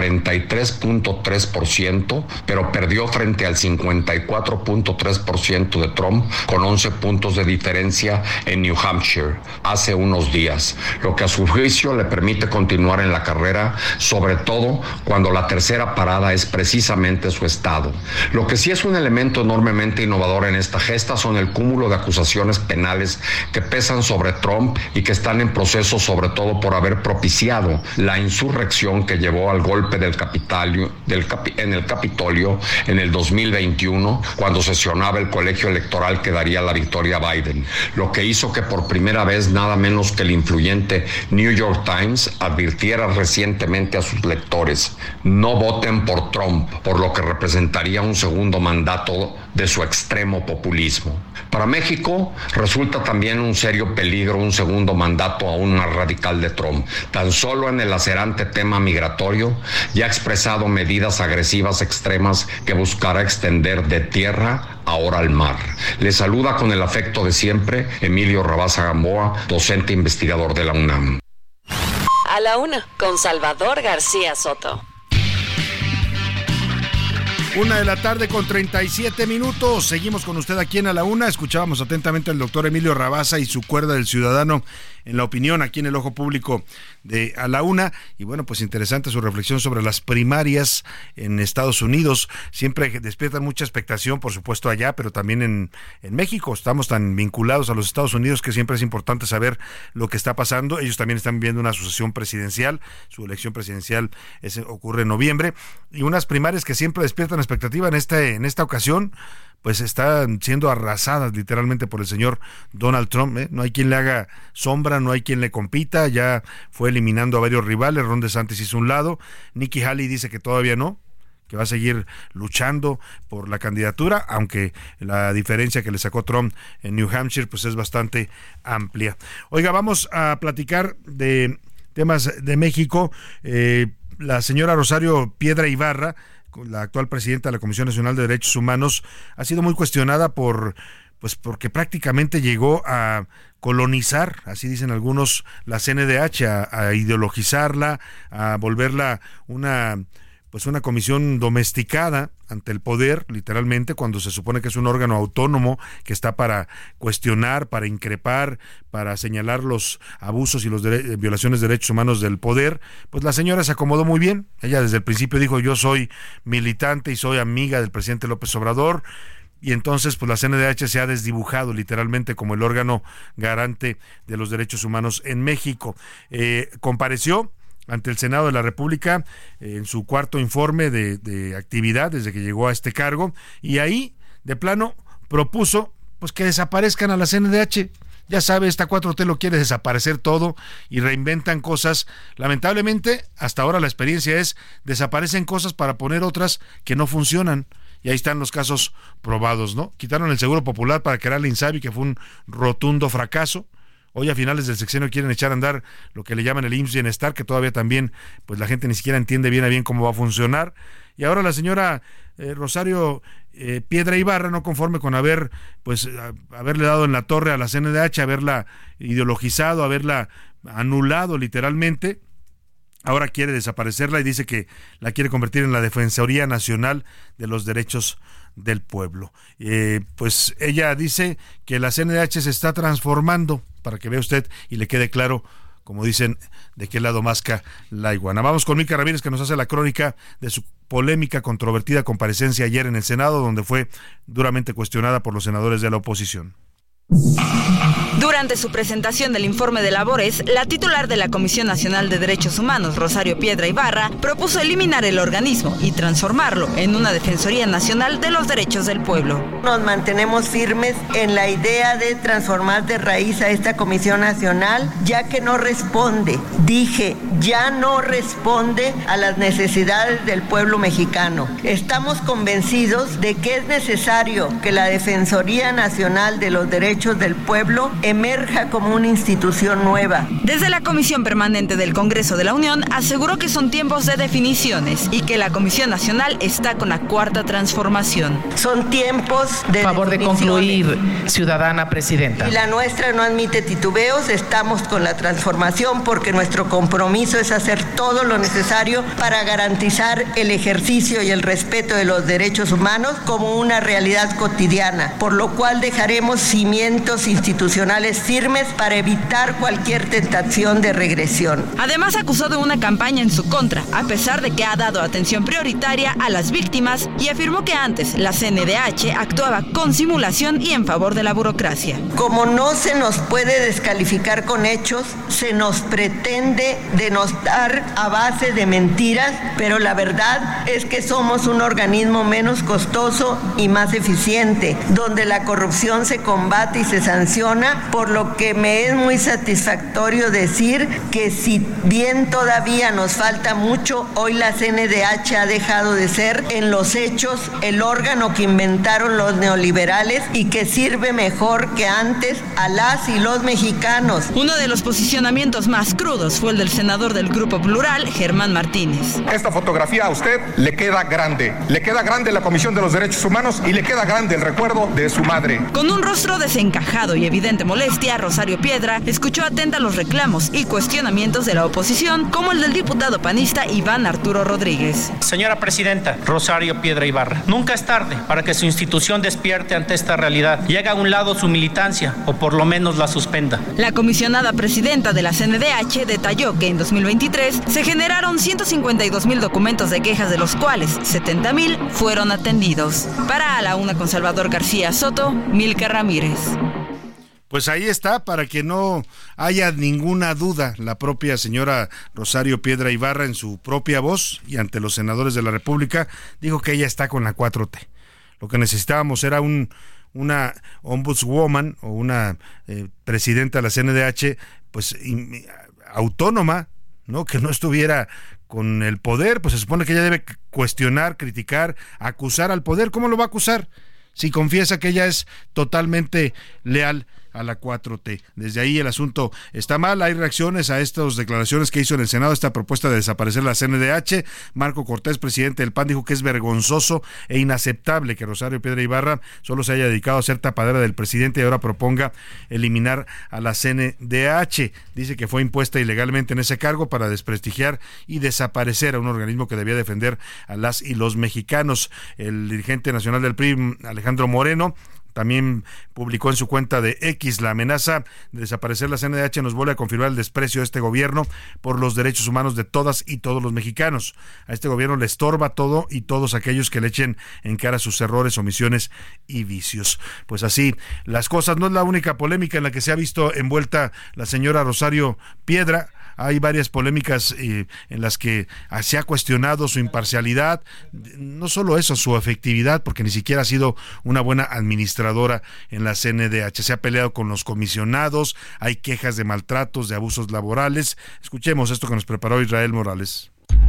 43.3%, pero perdió frente al 54.3% de Trump, con 11 puntos de diferencia en New Hampshire hace unos días, lo que a su juicio le permite continuar en la carrera, sobre todo cuando la tercera parada es precisamente su estado. Lo que sí es un elemento enormemente innovador en esta gesta son el cúmulo de acusaciones penales que pesan sobre Trump y que están en proceso, sobre todo por haber propiciado la insurrección que llevó al golpe en el Capitolio en el 2021, cuando sesionaba el colegio electoral que daría la victoria a Biden, lo que hizo que por primera vez nada menos que el influyente New York Times advirtiera recientemente a sus lectores: no voten por Trump, por lo que representaría un segundo mandato de su extremo populismo. Para México resulta también un serio peligro un segundo mandato aún más radical de Trump. Tan solo en el lacerante tema migratorio ya ha expresado medidas agresivas extremas que buscará extender de tierra ahora al mar. Le saluda con el afecto de siempre Emilio Rabasa Gamboa, docente investigador de la UNAM. A la una, con Salvador García Soto. 1:37 p.m. Seguimos con usted aquí en A la Una. Escuchábamos atentamente al doctor Emilio Rabasa y su cuerda del ciudadano en la opinión aquí en el Ojo Público de A la Una. Y bueno, pues interesante su reflexión sobre las primarias en Estados Unidos. Siempre despiertan mucha expectación, por supuesto, allá, pero también en México. Estamos tan vinculados a los Estados Unidos que siempre es importante saber lo que está pasando. Ellos también están viviendo una sucesión presidencial. Su elección presidencial ocurre en noviembre. Y unas primarias que siempre despiertan expectativa en esta ocasión, pues están siendo arrasadas literalmente por el señor Donald Trump, ¿eh? No hay quien le haga sombra, no hay quien le compita, ya fue eliminando a varios rivales. Ron DeSantis hizo un lado, Nikki Haley dice que todavía no, que va a seguir luchando por la candidatura, aunque la diferencia que le sacó Trump en New Hampshire pues es bastante amplia. Oiga, vamos a platicar de temas de México. La señora Rosario Piedra Ibarra, la actual presidenta de la Comisión Nacional de Derechos Humanos, ha sido muy cuestionada porque prácticamente llegó a colonizar, así dicen algunos, la CNDH, a ideologizarla, a volverla una comisión domesticada ante el poder, literalmente, cuando se supone que es un órgano autónomo que está para cuestionar, para increpar, para señalar los abusos y las violaciones de derechos humanos del poder. Pues la señora se acomodó muy bien. Ella desde el principio dijo: yo soy militante y soy amiga del presidente López Obrador. Y entonces pues la CNDH se ha desdibujado literalmente como el órgano garante de los derechos humanos en México. Compareció ante el Senado de la República en su cuarto informe de actividad desde que llegó a este cargo, y ahí de plano propuso pues que desaparezcan a la CNDH. Ya sabe, esta 4T lo quiere desaparecer todo y reinventan cosas. Lamentablemente, hasta ahora la experiencia es: desaparecen cosas para poner otras que no funcionan. Y ahí están los casos probados, ¿no? Quitaron el Seguro Popular para crear el INSABI, que fue un rotundo fracaso. Hoy a finales del sexenio quieren echar a andar lo que le llaman el IMSS Bienestar, que todavía también pues la gente ni siquiera entiende bien a bien cómo va a funcionar. Y ahora la señora Rosario Piedra Ibarra, no conforme con haberle dado en la torre a la CNDH, haberla ideologizado, haberla anulado literalmente, ahora quiere desaparecerla y dice que la quiere convertir en la Defensoría Nacional de los Derechos del Pueblo. Pues ella dice que la CNDH se está transformando, para que vea usted y le quede claro, como dicen, de qué lado masca la iguana. Vamos con Mica Ramírez, que nos hace la crónica de su polémica, controvertida comparecencia ayer en el Senado, donde fue duramente cuestionada por los senadores de la oposición. Durante su presentación del informe de labores, la titular de la Comisión Nacional de Derechos Humanos, Rosario Piedra Ibarra, propuso eliminar el organismo y transformarlo en una Defensoría Nacional de los Derechos del Pueblo. Nos mantenemos firmes en la idea de transformar de raíz a esta Comisión Nacional, ya que no responde, ya no responde a las necesidades del pueblo mexicano. Estamos convencidos de que es necesario que la Defensoría Nacional de los Derechos del Pueblo emerja como una institución nueva. Desde la Comisión Permanente del Congreso de la Unión aseguró que son tiempos de definiciones y que la Comisión Nacional está con la cuarta transformación. Son tiempos de favor de concluir, ciudadana presidenta. Y la nuestra no admite titubeos, estamos con la transformación porque nuestro compromiso es hacer todo lo necesario para garantizar el ejercicio y el respeto de los derechos humanos como una realidad cotidiana, por lo cual dejaremos cimientos institucionales firmes para evitar cualquier tentación de regresión. Además, acusó de una campaña en su contra, a pesar de que ha dado atención prioritaria a las víctimas y afirmó que antes la CNDH actuaba con simulación y en favor de la burocracia. Como no se nos puede descalificar con hechos, se nos pretende denostar a base de mentiras, pero la verdad es que somos un organismo menos costoso y más eficiente, donde la corrupción se combate y se sanciona, por lo que me es muy satisfactorio decir que si bien todavía nos falta mucho, hoy la CNDH ha dejado de ser en los hechos el órgano que inventaron los neoliberales y que sirve mejor que antes a las y los mexicanos. Uno de los posicionamientos más crudos fue el del senador del Grupo Plural, Germán Martínez. Esta fotografía a usted le queda grande la Comisión de los Derechos Humanos y le queda grande el recuerdo de su madre. Con un rostro desencajado y evidente molestia, Rosario Piedra escuchó atenta los reclamos y cuestionamientos de la oposición, como el del diputado panista Iván Arturo Rodríguez. Señora presidenta, Rosario Piedra Ibarra, nunca es tarde para que su institución despierte ante esta realidad y haga a un lado su militancia o por lo menos la suspenda. La comisionada presidenta de la CNDH detalló que en 2023 se generaron 152,000 documentos de quejas, de los cuales 70,000 fueron atendidos. Para A la Una con Salvador García Soto, Milka Ramírez. Pues ahí está, para que no haya ninguna duda, la propia señora Rosario Piedra Ibarra, en su propia voz y ante los senadores de la República, dijo que ella está con la 4T. Lo que necesitábamos era una ombudswoman o una presidenta de la CNDH, pues autónoma, ¿no? Que no estuviera con el poder. Pues se supone que ella debe cuestionar, criticar, acusar al poder. ¿Cómo lo va a acusar si confiesa que ella es totalmente leal a la 4T? Desde ahí el asunto está mal. Hay reacciones a estas declaraciones que hizo en el Senado, esta propuesta de desaparecer la CNDH. Marco Cortés, presidente del PAN, dijo que es vergonzoso e inaceptable que Rosario Piedra Ibarra solo se haya dedicado a ser tapadera del presidente y ahora proponga eliminar a la CNDH. Dice que fue impuesta ilegalmente en ese cargo para desprestigiar y desaparecer a un organismo que debía defender a las y los mexicanos. El dirigente nacional del PRI, Alejandro Moreno, también publicó en su cuenta de X: la amenaza de desaparecer la CNDH nos vuelve a confirmar el desprecio de este gobierno por los derechos humanos de todas y todos los mexicanos. A este gobierno le estorba todo y todos aquellos que le echen en cara sus errores, omisiones y vicios. Pues así las cosas. No es la única polémica en la que se ha visto envuelta la señora Rosario Piedra. Hay varias polémicas en las que se ha cuestionado su imparcialidad, no solo eso, su efectividad, porque ni siquiera ha sido una buena administradora en la CNDH. Se ha peleado con los comisionados, hay quejas de maltratos, de abusos laborales. Escuchemos esto que nos preparó Israel Morales.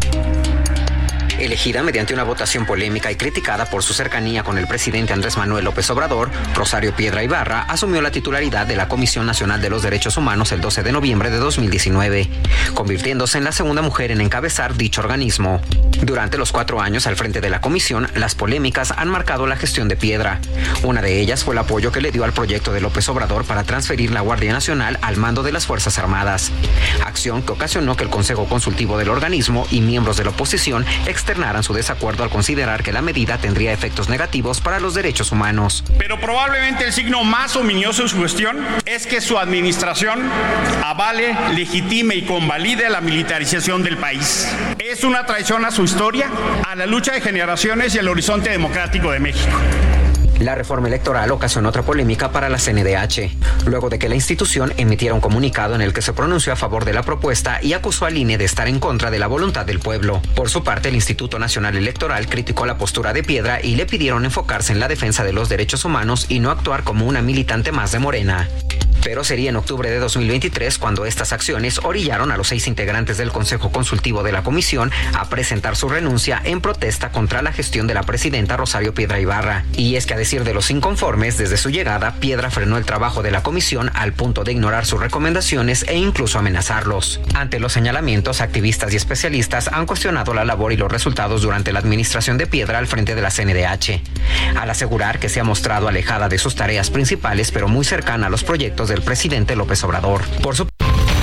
Elegida mediante una votación polémica y criticada por su cercanía con el presidente Andrés Manuel López Obrador, Rosario Piedra Ibarra asumió la titularidad de la Comisión Nacional de los Derechos Humanos el 12 de noviembre de 2019, convirtiéndose en la segunda mujer en encabezar dicho organismo. Durante los 4 años al frente de la comisión, las polémicas han marcado la gestión de Piedra. Una de ellas fue el apoyo que le dio al proyecto de López Obrador para transferir la Guardia Nacional al mando de las Fuerzas Armadas, acción que ocasionó que el Consejo Consultivo del organismo y miembros de la oposición externaran su desacuerdo al considerar que la medida tendría efectos negativos para los derechos humanos. Pero probablemente el signo más ominioso en su gestión es que su administración avale, legitime y convalide la militarización del país. Es una traición a su historia, a la lucha de generaciones y al horizonte democrático de México. La reforma electoral ocasionó otra polémica para la CNDH, luego de que la institución emitiera un comunicado en el que se pronunció a favor de la propuesta y acusó al INE de estar en contra de la voluntad del pueblo. Por su parte, el Instituto Nacional Electoral criticó la postura de Piedra y le pidieron enfocarse en la defensa de los derechos humanos y no actuar como una militante más de Morena. pero sería en octubre de 2023 cuando estas acciones orillaron a los 6 integrantes del Consejo Consultivo de la Comisión a presentar su renuncia en protesta contra la gestión de la presidenta Rosario Piedra Ibarra. Y es que, a decir de los inconformes, desde su llegada, Piedra frenó el trabajo de la comisión al punto de ignorar sus recomendaciones e incluso amenazarlos. Ante los señalamientos, activistas y especialistas han cuestionado la labor y los resultados durante la administración de Piedra al frente de la CNDH, al asegurar que se ha mostrado alejada de sus tareas principales, pero muy cercana a los proyectos del presidente López Obrador. Por su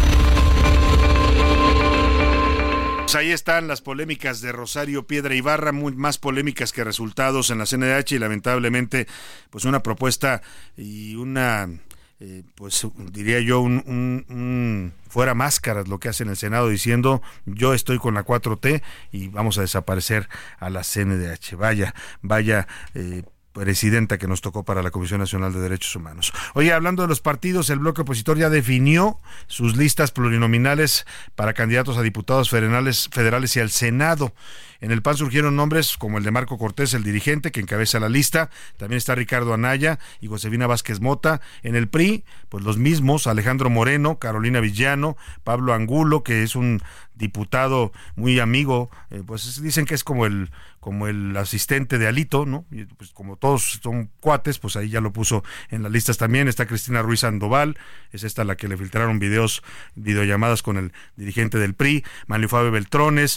Ahí están las polémicas de Rosario Piedra Ibarra, muy más polémicas que resultados en la CNDH, y lamentablemente pues una propuesta y una pues diría yo un fuera máscaras lo que hace en el Senado, diciendo yo estoy con la 4T y vamos a desaparecer a la CNDH. Vaya presidenta que nos tocó para la Comisión Nacional de Derechos Humanos. Oye, hablando de los partidos, el bloque opositor ya definió sus listas plurinominales para candidatos a diputados federales y al Senado. En el PAN surgieron nombres como el de Marco Cortés, el dirigente que encabeza la lista. También está Ricardo Anaya y Josefina Vázquez Mota. En el PRI, pues los mismos: Alejandro Moreno, Carolina Villano, Pablo Angulo, que es un diputado muy amigo, pues dicen que es como el asistente de Alito, ¿no? Y pues como todos son cuates, pues ahí ya lo puso en las listas también. Está Cristina Ruiz Sandoval, es esta la que le filtraron videollamadas con el dirigente del PRI, Manlio Fabio Beltrones,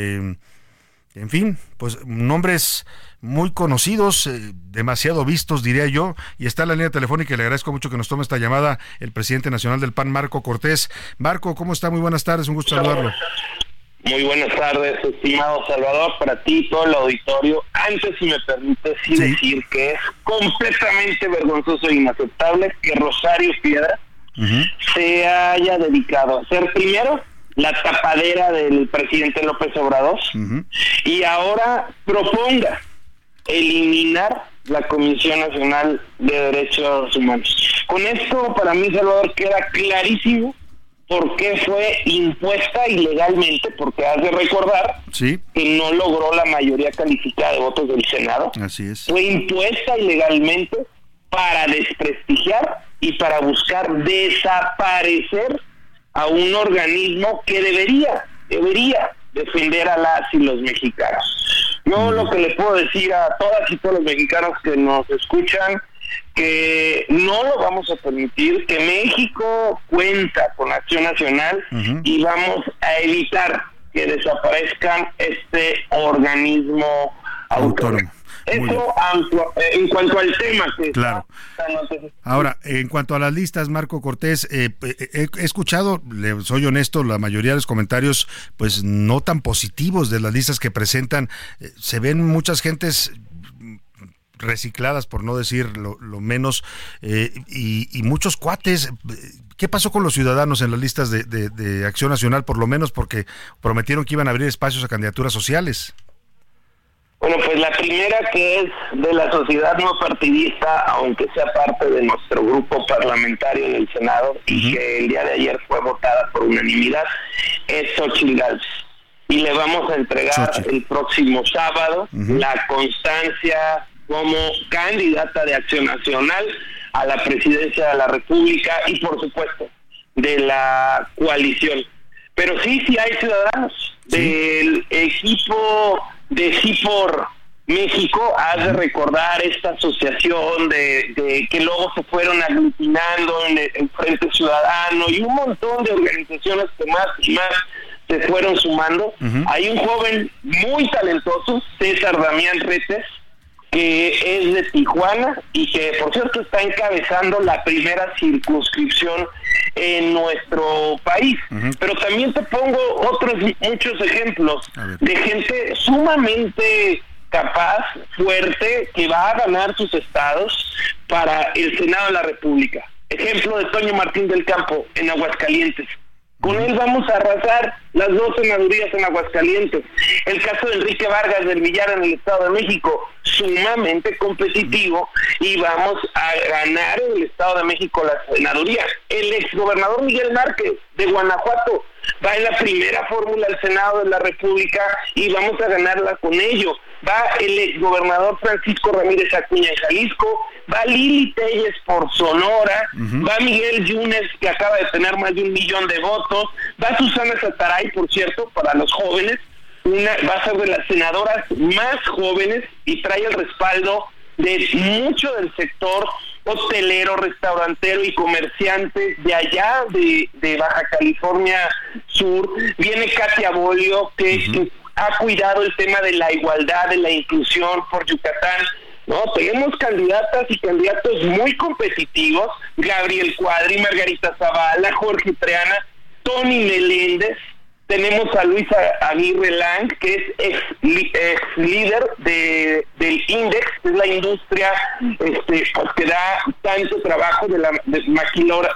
en fin, pues nombres muy conocidos, demasiado vistos, diría yo. Y está en la línea telefónica, y le agradezco mucho que nos tome esta llamada el presidente nacional del PAN, Marco Cortés. Marco, ¿cómo está? Muy buenas tardes, un gusto saludarlo. Muy buenas tardes, estimado Salvador, para ti y todo el auditorio. Antes, si me permites decir que es completamente vergonzoso e inaceptable que Rosario Piedra se haya dedicado a ser primero la tapadera del presidente López Obrador y ahora proponga eliminar la Comisión Nacional de Derechos Humanos. Con esto, para mí, Salvador, queda clarísimo por qué fue impuesta ilegalmente, porque has de recordar que no logró la mayoría calificada de votos del Senado. Así es. Fue impuesta ilegalmente para desprestigiar y para buscar desaparecer a un organismo que debería defender a las y los mexicanos. Yo lo que le puedo decir a todas y todos los mexicanos que nos escuchan, que no lo vamos a permitir, que México cuenta con Acción Nacional y vamos a evitar que desaparezcan este organismo autónomo. Eso en cuanto al tema que claro. Ahora, en cuanto a las listas, Marco Cortés, he escuchado, le soy honesto, la mayoría de los comentarios pues no tan positivos de las listas que presentan. Se ven muchas gentes recicladas, por no decir lo menos, y muchos cuates. ¿Qué pasó con los ciudadanos en las listas de Acción Nacional, por lo menos porque prometieron que iban a abrir espacios a candidaturas sociales? Bueno, pues la primera, que es de la sociedad no partidista, aunque sea parte de nuestro grupo parlamentario en el Senado, y que el día de ayer fue votada por unanimidad, es Xochitl Gálvez. Y le vamos a entregar el próximo sábado la constancia como candidata de Acción Nacional a la presidencia de la República y, por supuesto, de la coalición. Pero sí hay ciudadanos del equipo de Sí por México. Has de recordar esta asociación de que luego se fueron aglutinando en el Frente Ciudadano y un montón de organizaciones que más y más se fueron sumando. Hay un joven muy talentoso, César Damián Retes, que es de Tijuana y que, por cierto, está encabezando la primera circunscripción en nuestro país. Pero también te pongo otros muchos ejemplos de gente sumamente capaz, fuerte, que va a ganar sus estados para el Senado de la República. Ejemplo de Toño Martín del Campo en Aguascalientes. Con él vamos a arrasar las 2 senadurías en Aguascalientes. El caso de Enrique Vargas del Villar en el Estado de México, sumamente competitivo, y vamos a ganar en el Estado de México la senaduría. El exgobernador Miguel Márquez de Guanajuato, va en la primera fórmula al Senado de la República y vamos a ganarla con ello. Va el exgobernador Francisco Ramírez Acuña en Jalisco, va Lili Telles por Sonora, va Miguel Yunes, que acaba de tener más de 1 millón de votos, va Susana Sataray, por cierto, para los jóvenes, va a ser de las senadoras más jóvenes y trae el respaldo de mucho del sector hotelero, restaurantero y comerciantes de allá de Baja California Sur. Viene Katia Bolio, que ha cuidado el tema de la igualdad, de la inclusión por Yucatán. No, tenemos candidatas y candidatos muy competitivos: Gabriel Cuadri, Margarita Zavala, Jorge Treana, Tony Meléndez. Tenemos a Luisa Aguirre Lang, que es ex líder del INDEX, que es la industria pues que da tanto trabajo de la maquiladora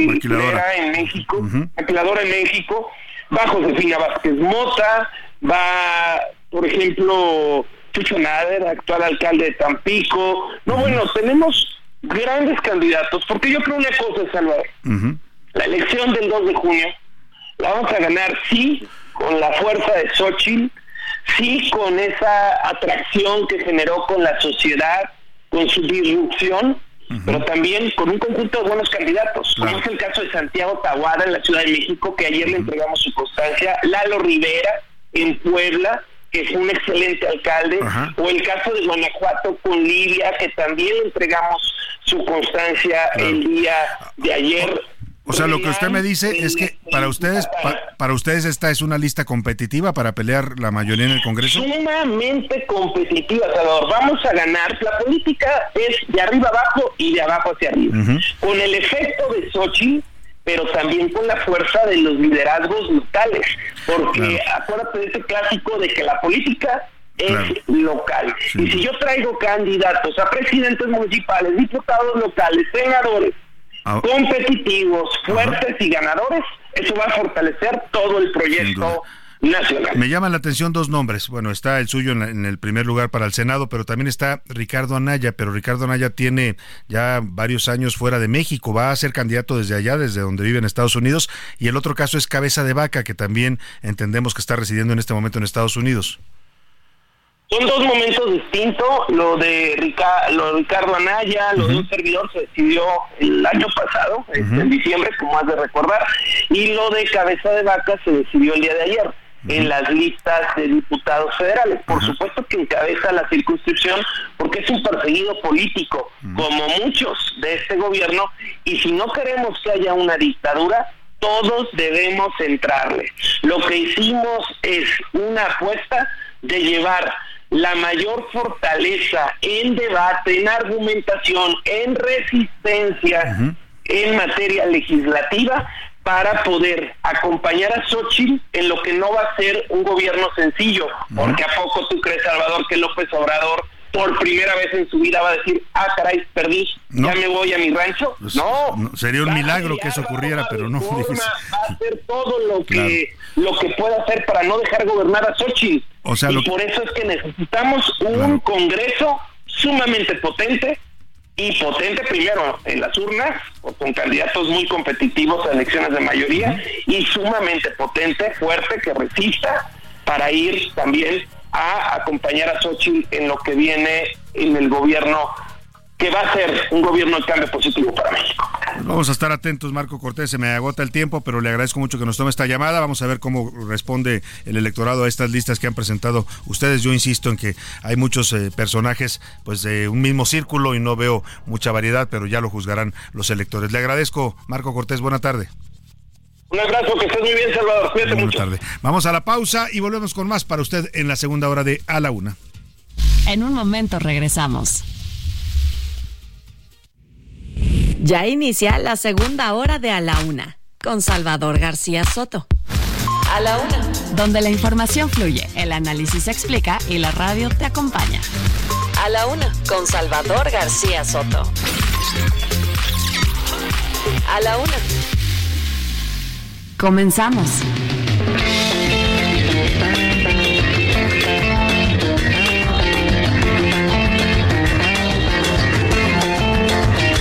en México, maquiladora en México. Va Josefina Vázquez Mota, va, por ejemplo, Chucho Nader, actual alcalde de Tampico. No, bueno, tenemos grandes candidatos, porque yo creo una cosa, Salvador. La elección del 2 de junio la vamos a ganar, sí, con la fuerza de Xóchitl, sí, con esa atracción que generó con la sociedad, con su disrupción, pero también con un conjunto de buenos candidatos, como es el caso de Santiago Tahuada en la Ciudad de México, que ayer le entregamos su constancia, Lalo Rivera en Puebla, que es un excelente alcalde, o el caso de Guanajuato con Lidia, que también le entregamos su constancia el día de ayer. O sea, lo que usted me dice es que para ustedes esta es una lista competitiva para pelear la mayoría en el Congreso. Sumamente competitiva, Salvador. Vamos a ganar. La política es de arriba abajo y de abajo hacia arriba. Con el efecto de Xóchitl, pero también con la fuerza de los liderazgos locales. Porque acuérdate de ese clásico de que la política es local. Y si yo traigo candidatos a presidentes municipales, diputados locales, senadores, competitivos, fuertes y ganadores, eso va a fortalecer todo el proyecto nacional. Me llaman la atención 2 nombres. Bueno, está el suyo en el primer lugar para el Senado, pero también está Ricardo Anaya, pero Ricardo Anaya tiene ya varios años fuera de México, va a ser candidato desde allá, desde donde vive en Estados Unidos, y el otro caso es Cabeza de Vaca, que también entendemos que está residiendo en este momento en Estados Unidos. Son 2 momentos distintos. Lo de Ricardo Anaya, lo de un servidor se decidió el año pasado, en diciembre, como has de recordar, y lo de Cabeza de Vaca se decidió el día de ayer, en las listas de diputados federales. Por supuesto que encabeza la circunscripción porque es un perseguido político, como muchos de este gobierno, y si no queremos que haya una dictadura, todos debemos entrarle. Lo que hicimos es una apuesta de llevar la mayor fortaleza en debate, en argumentación, en resistencia, en materia legislativa, para poder acompañar a Xóchitl en lo que no va a ser un gobierno sencillo. Porque ¿a poco tú crees, Salvador, que López Obrador por primera vez en su vida va a decir, caray, perdí, ya me voy a mi rancho? Pues, no, sería un milagro que eso ocurriera, pero no. Va a hacer todo lo que pueda hacer para no dejar gobernar a Xóchitl. O sea, por eso es que necesitamos un Congreso sumamente potente, y potente primero en las urnas, con candidatos muy competitivos a elecciones de mayoría, y sumamente potente, fuerte, que resista para ir también a acompañar a Xóchitl en lo que viene en el gobierno, que va a ser un gobierno de cambio positivo para México. Vamos a estar atentos, Marco Cortés, se me agota el tiempo, pero le agradezco mucho que nos tome esta llamada. Vamos a ver cómo responde el electorado a estas listas que han presentado ustedes. Yo insisto en que hay muchos personajes pues de un mismo círculo y no veo mucha variedad, pero ya lo juzgarán los electores. Le agradezco, Marco Cortés, buena tarde. Un abrazo, que estés muy bien, Salvador, cuídate mucho. Buena tarde. Vamos a la pausa y volvemos con más para usted en la segunda hora de A la Una. En un momento regresamos. Ya inicia la segunda hora de A la Una, con Salvador García Soto. A la Una, donde la información fluye, el análisis se explica y la radio te acompaña. A la Una, con Salvador García Soto. A la Una. Comenzamos.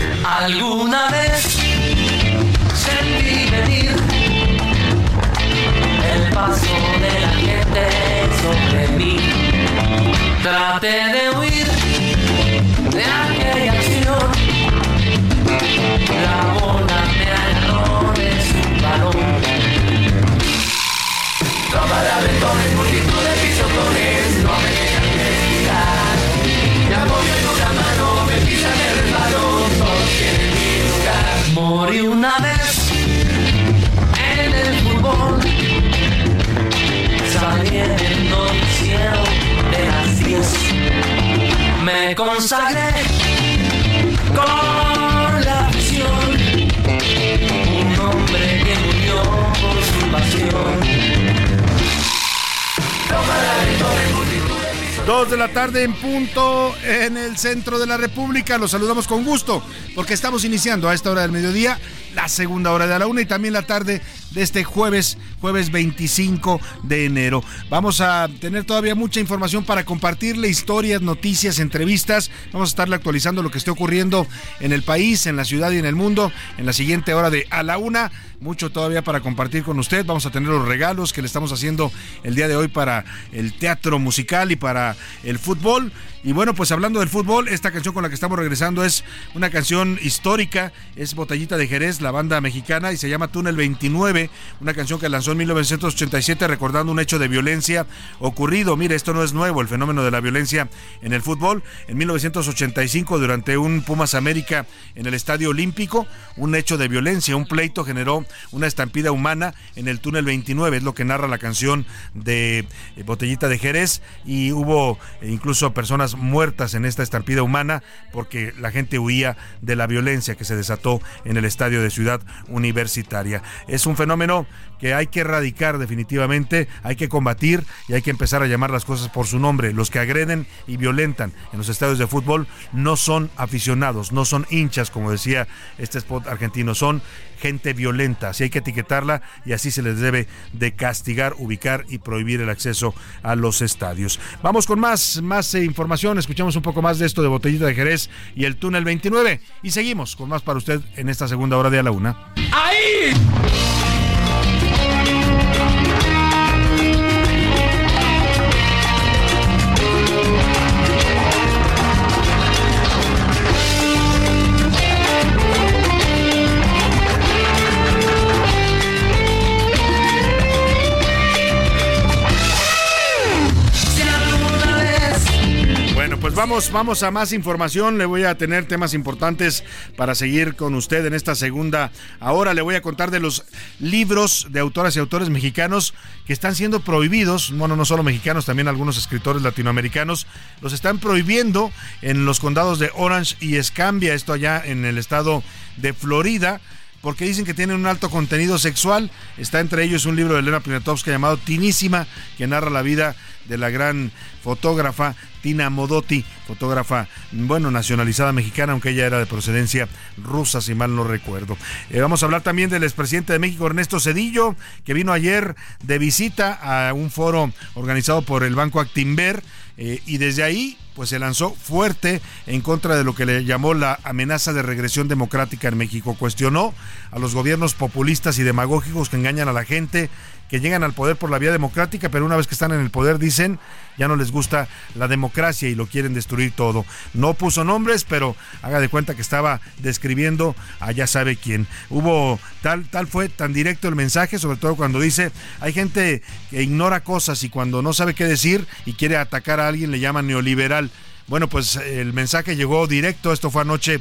Alguna vez sentí venir Trate de huir de aquella acción. La bola me agarró de su balón. Toma avetones, multitud de pisotones, no me dejan respirar. Me apoyo en una mano, me pisan el balón, todos tienen mi lugar. Morí una vez en el fútbol, salí en el noticiero de las 10. Me consagré con la afición, un hombre que murió por su pasión. 2 de la tarde en punto en el centro de la República. Los saludamos con gusto porque estamos iniciando a esta hora del mediodía la segunda hora de A la Una y también la tarde de este jueves 25 de enero. Vamos a tener todavía mucha información para compartirle, historias, noticias, entrevistas. Vamos a estarle actualizando lo que esté ocurriendo en el país, en la ciudad y en el mundo en la siguiente hora de A la Una. Mucho todavía para compartir con usted. Vamos a tener los regalos que le estamos haciendo el día de hoy para el teatro musical y para el fútbol. Y bueno, pues hablando del fútbol, esta canción con la que estamos regresando es una canción histórica, es Botellita de Jerez, la banda mexicana, y se llama Túnel 29, una canción que lanzó en 1987 recordando un hecho de violencia ocurrido. Mire, esto no es nuevo, el fenómeno de la violencia en el fútbol. En 1985, durante un Pumas América en el Estadio Olímpico, un hecho de violencia, un pleito generó una estampida humana en el Túnel 29, es lo que narra la canción de Botellita de Jerez, y hubo incluso personas muertas en esta estampida humana porque la gente huía de la violencia que se desató en el estadio de Ciudad Universitaria. Es un fenómeno que hay que erradicar definitivamente, hay que combatir y hay que empezar a llamar las cosas por su nombre. Los que agreden y violentan en los estadios de fútbol no son aficionados, no son hinchas, como decía este spot argentino, son gente violenta, así hay que etiquetarla y así se les debe de castigar, ubicar y prohibir el acceso a los estadios. Vamos con más información, escuchamos un poco más de esto de Botellita de Jerez y el Túnel 29 y seguimos con más para usted en esta segunda hora de A la Una. ¡Ahí! Pues vamos a más información. Le voy a tener temas importantes para seguir con usted en esta segunda hora. Le voy a contar de los libros de autoras y autores mexicanos que están siendo prohibidos. Bueno, no solo mexicanos, también algunos escritores latinoamericanos los están prohibiendo en los condados de Orange y Escambia, esto allá en el estado de Florida, porque dicen que tienen un alto contenido sexual. Está entre ellos un libro de Elena Poniatowska llamado Tinísima, que narra la vida de la gran fotógrafa Tina Modotti, fotógrafa, bueno, nacionalizada mexicana, aunque ella era de procedencia rusa, si mal no recuerdo. Vamos a hablar también del expresidente de México, Ernesto Zedillo, que vino ayer de visita a un foro organizado por el Banco Actinver, y desde ahí pues se lanzó fuerte en contra de lo que le llamó la amenaza de regresión democrática en México. Cuestionó a los gobiernos populistas y demagógicos que engañan a la gente, que llegan al poder por la vía democrática, pero una vez que están en el poder dicen ya no les gusta la democracia y lo quieren destruir todo. No puso nombres, pero haga de cuenta que estaba describiendo a ya sabe quién. Hubo tal fue tan directo el mensaje, sobre todo cuando dice hay gente que ignora cosas y cuando no sabe qué decir y quiere atacar a alguien le llaman neoliberal. Bueno, pues el mensaje llegó directo. Esto fue anoche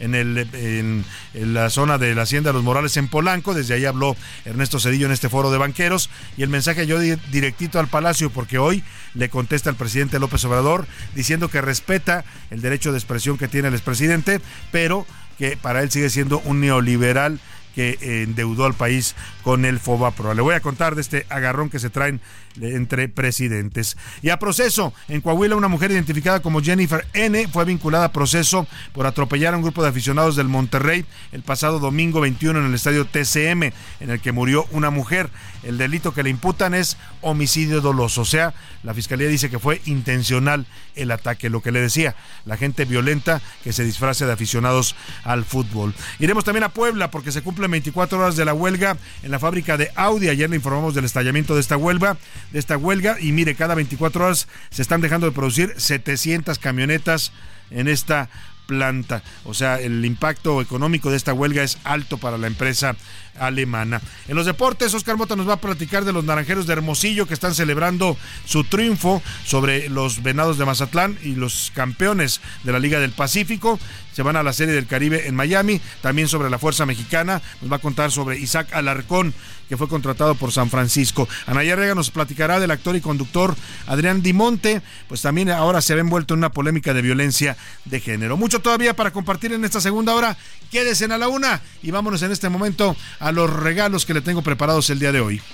en la zona de la Hacienda de los Morales en Polanco. Desde ahí habló Ernesto Zedillo en este foro de banqueros y el mensaje llegó directito al Palacio, porque hoy le contesta el presidente López Obrador diciendo que respeta el derecho de expresión que tiene el expresidente, pero que para él sigue siendo un neoliberal que endeudó al país con el Fobaproa. Le voy a contar de este agarrón que se traen entre presidentes. Y a proceso, en Coahuila, una mujer identificada como Jennifer N. fue vinculada a proceso por atropellar a un grupo de aficionados del Monterrey el pasado domingo 21 en el estadio TCM, en el que murió una mujer. El delito que le imputan es homicidio doloso, o sea, la fiscalía dice que fue intencional el ataque, lo que le decía, la gente violenta que se disfraza de aficionados al fútbol. Iremos también a Puebla porque se cumple cumplen 24 horas de la huelga en la fábrica de Audi. Ayer le informamos del estallamiento de esta huelga. Y mire, cada 24 horas se están dejando de producir 700 camionetas en esta planta. O sea, el impacto económico de esta huelga es alto para la empresa alemana. En los deportes, Oscar Mota nos va a platicar de los Naranjeros de Hermosillo, que están celebrando su triunfo sobre los Venados de Mazatlán y los campeones de la Liga del Pacífico. Se van a la Serie del Caribe en Miami. También sobre la Fuerza Mexicana nos va a contar sobre Isaac Alarcón, que fue contratado por San Francisco. Anaya Rega nos platicará del actor y conductor Adrián Dimonte, pues también ahora se ve envuelto en una polémica de violencia de género. Mucho todavía para compartir en esta segunda hora. Quédese en A la Una y vámonos en este momento a los regalos que le tengo preparados el día de hoy.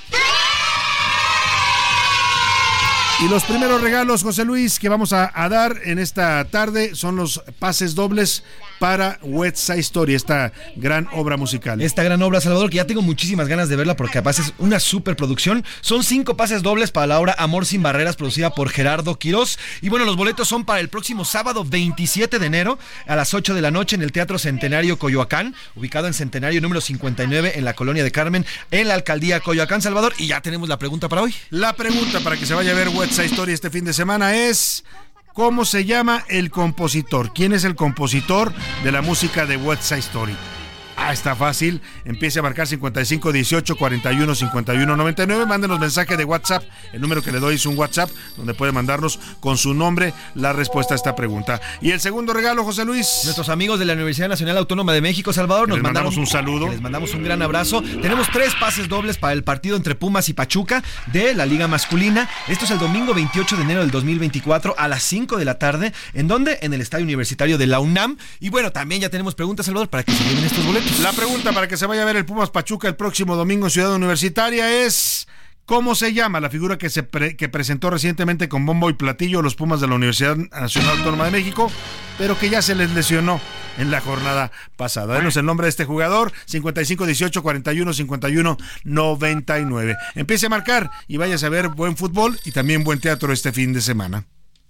Y los primeros regalos, José Luis, que vamos a dar en esta tarde son los pases dobles para West Side Story, esta gran obra musical. Esta gran obra, Salvador, que ya tengo muchísimas ganas de verla porque además es una superproducción. Son 5 pases dobles para la obra Amor sin Barreras, producida por Gerardo Quirós. Y bueno, los boletos son para el próximo sábado 27 de enero a las 8 de la noche en el Teatro Centenario Coyoacán, ubicado en Centenario número 59 en la Colonia de Carmen, en la Alcaldía Coyoacán, Salvador. Y ya tenemos la pregunta para hoy. La pregunta para que se vaya a ver West Side Story este fin de semana es: ¿cómo se llama el compositor? ¿Quién es el compositor de la música de West Side Story? Está fácil. Empiece a marcar 55 18 41 51 99. Mándenos mensaje de WhatsApp. El número que le doy es un WhatsApp donde puede mandarnos con su nombre la respuesta a esta pregunta. Y el segundo regalo, José Luis. Nuestros amigos de la Universidad Nacional Autónoma de México, Salvador, nos mandamos un saludo. Les mandamos un gran abrazo. Tenemos 3 pases dobles para el partido entre Pumas y Pachuca de la Liga Masculina. Esto es el domingo 28 de enero del 2024 a las 5 de la tarde. ¿En dónde? En el Estadio Universitario de la UNAM. Y bueno, también ya tenemos preguntas, Salvador, para que se lleven estos boletos. La pregunta para que se vaya a ver el Pumas Pachuca el próximo domingo en Ciudad Universitaria es: ¿cómo se llama la figura que presentó recientemente con bombo y platillo los Pumas de la Universidad Nacional Autónoma de México, pero que ya se les lesionó en la jornada pasada? Denos el nombre de este jugador. 55 18 41 51 99. Empiece a marcar y váyase a ver buen fútbol y también buen teatro este fin de semana.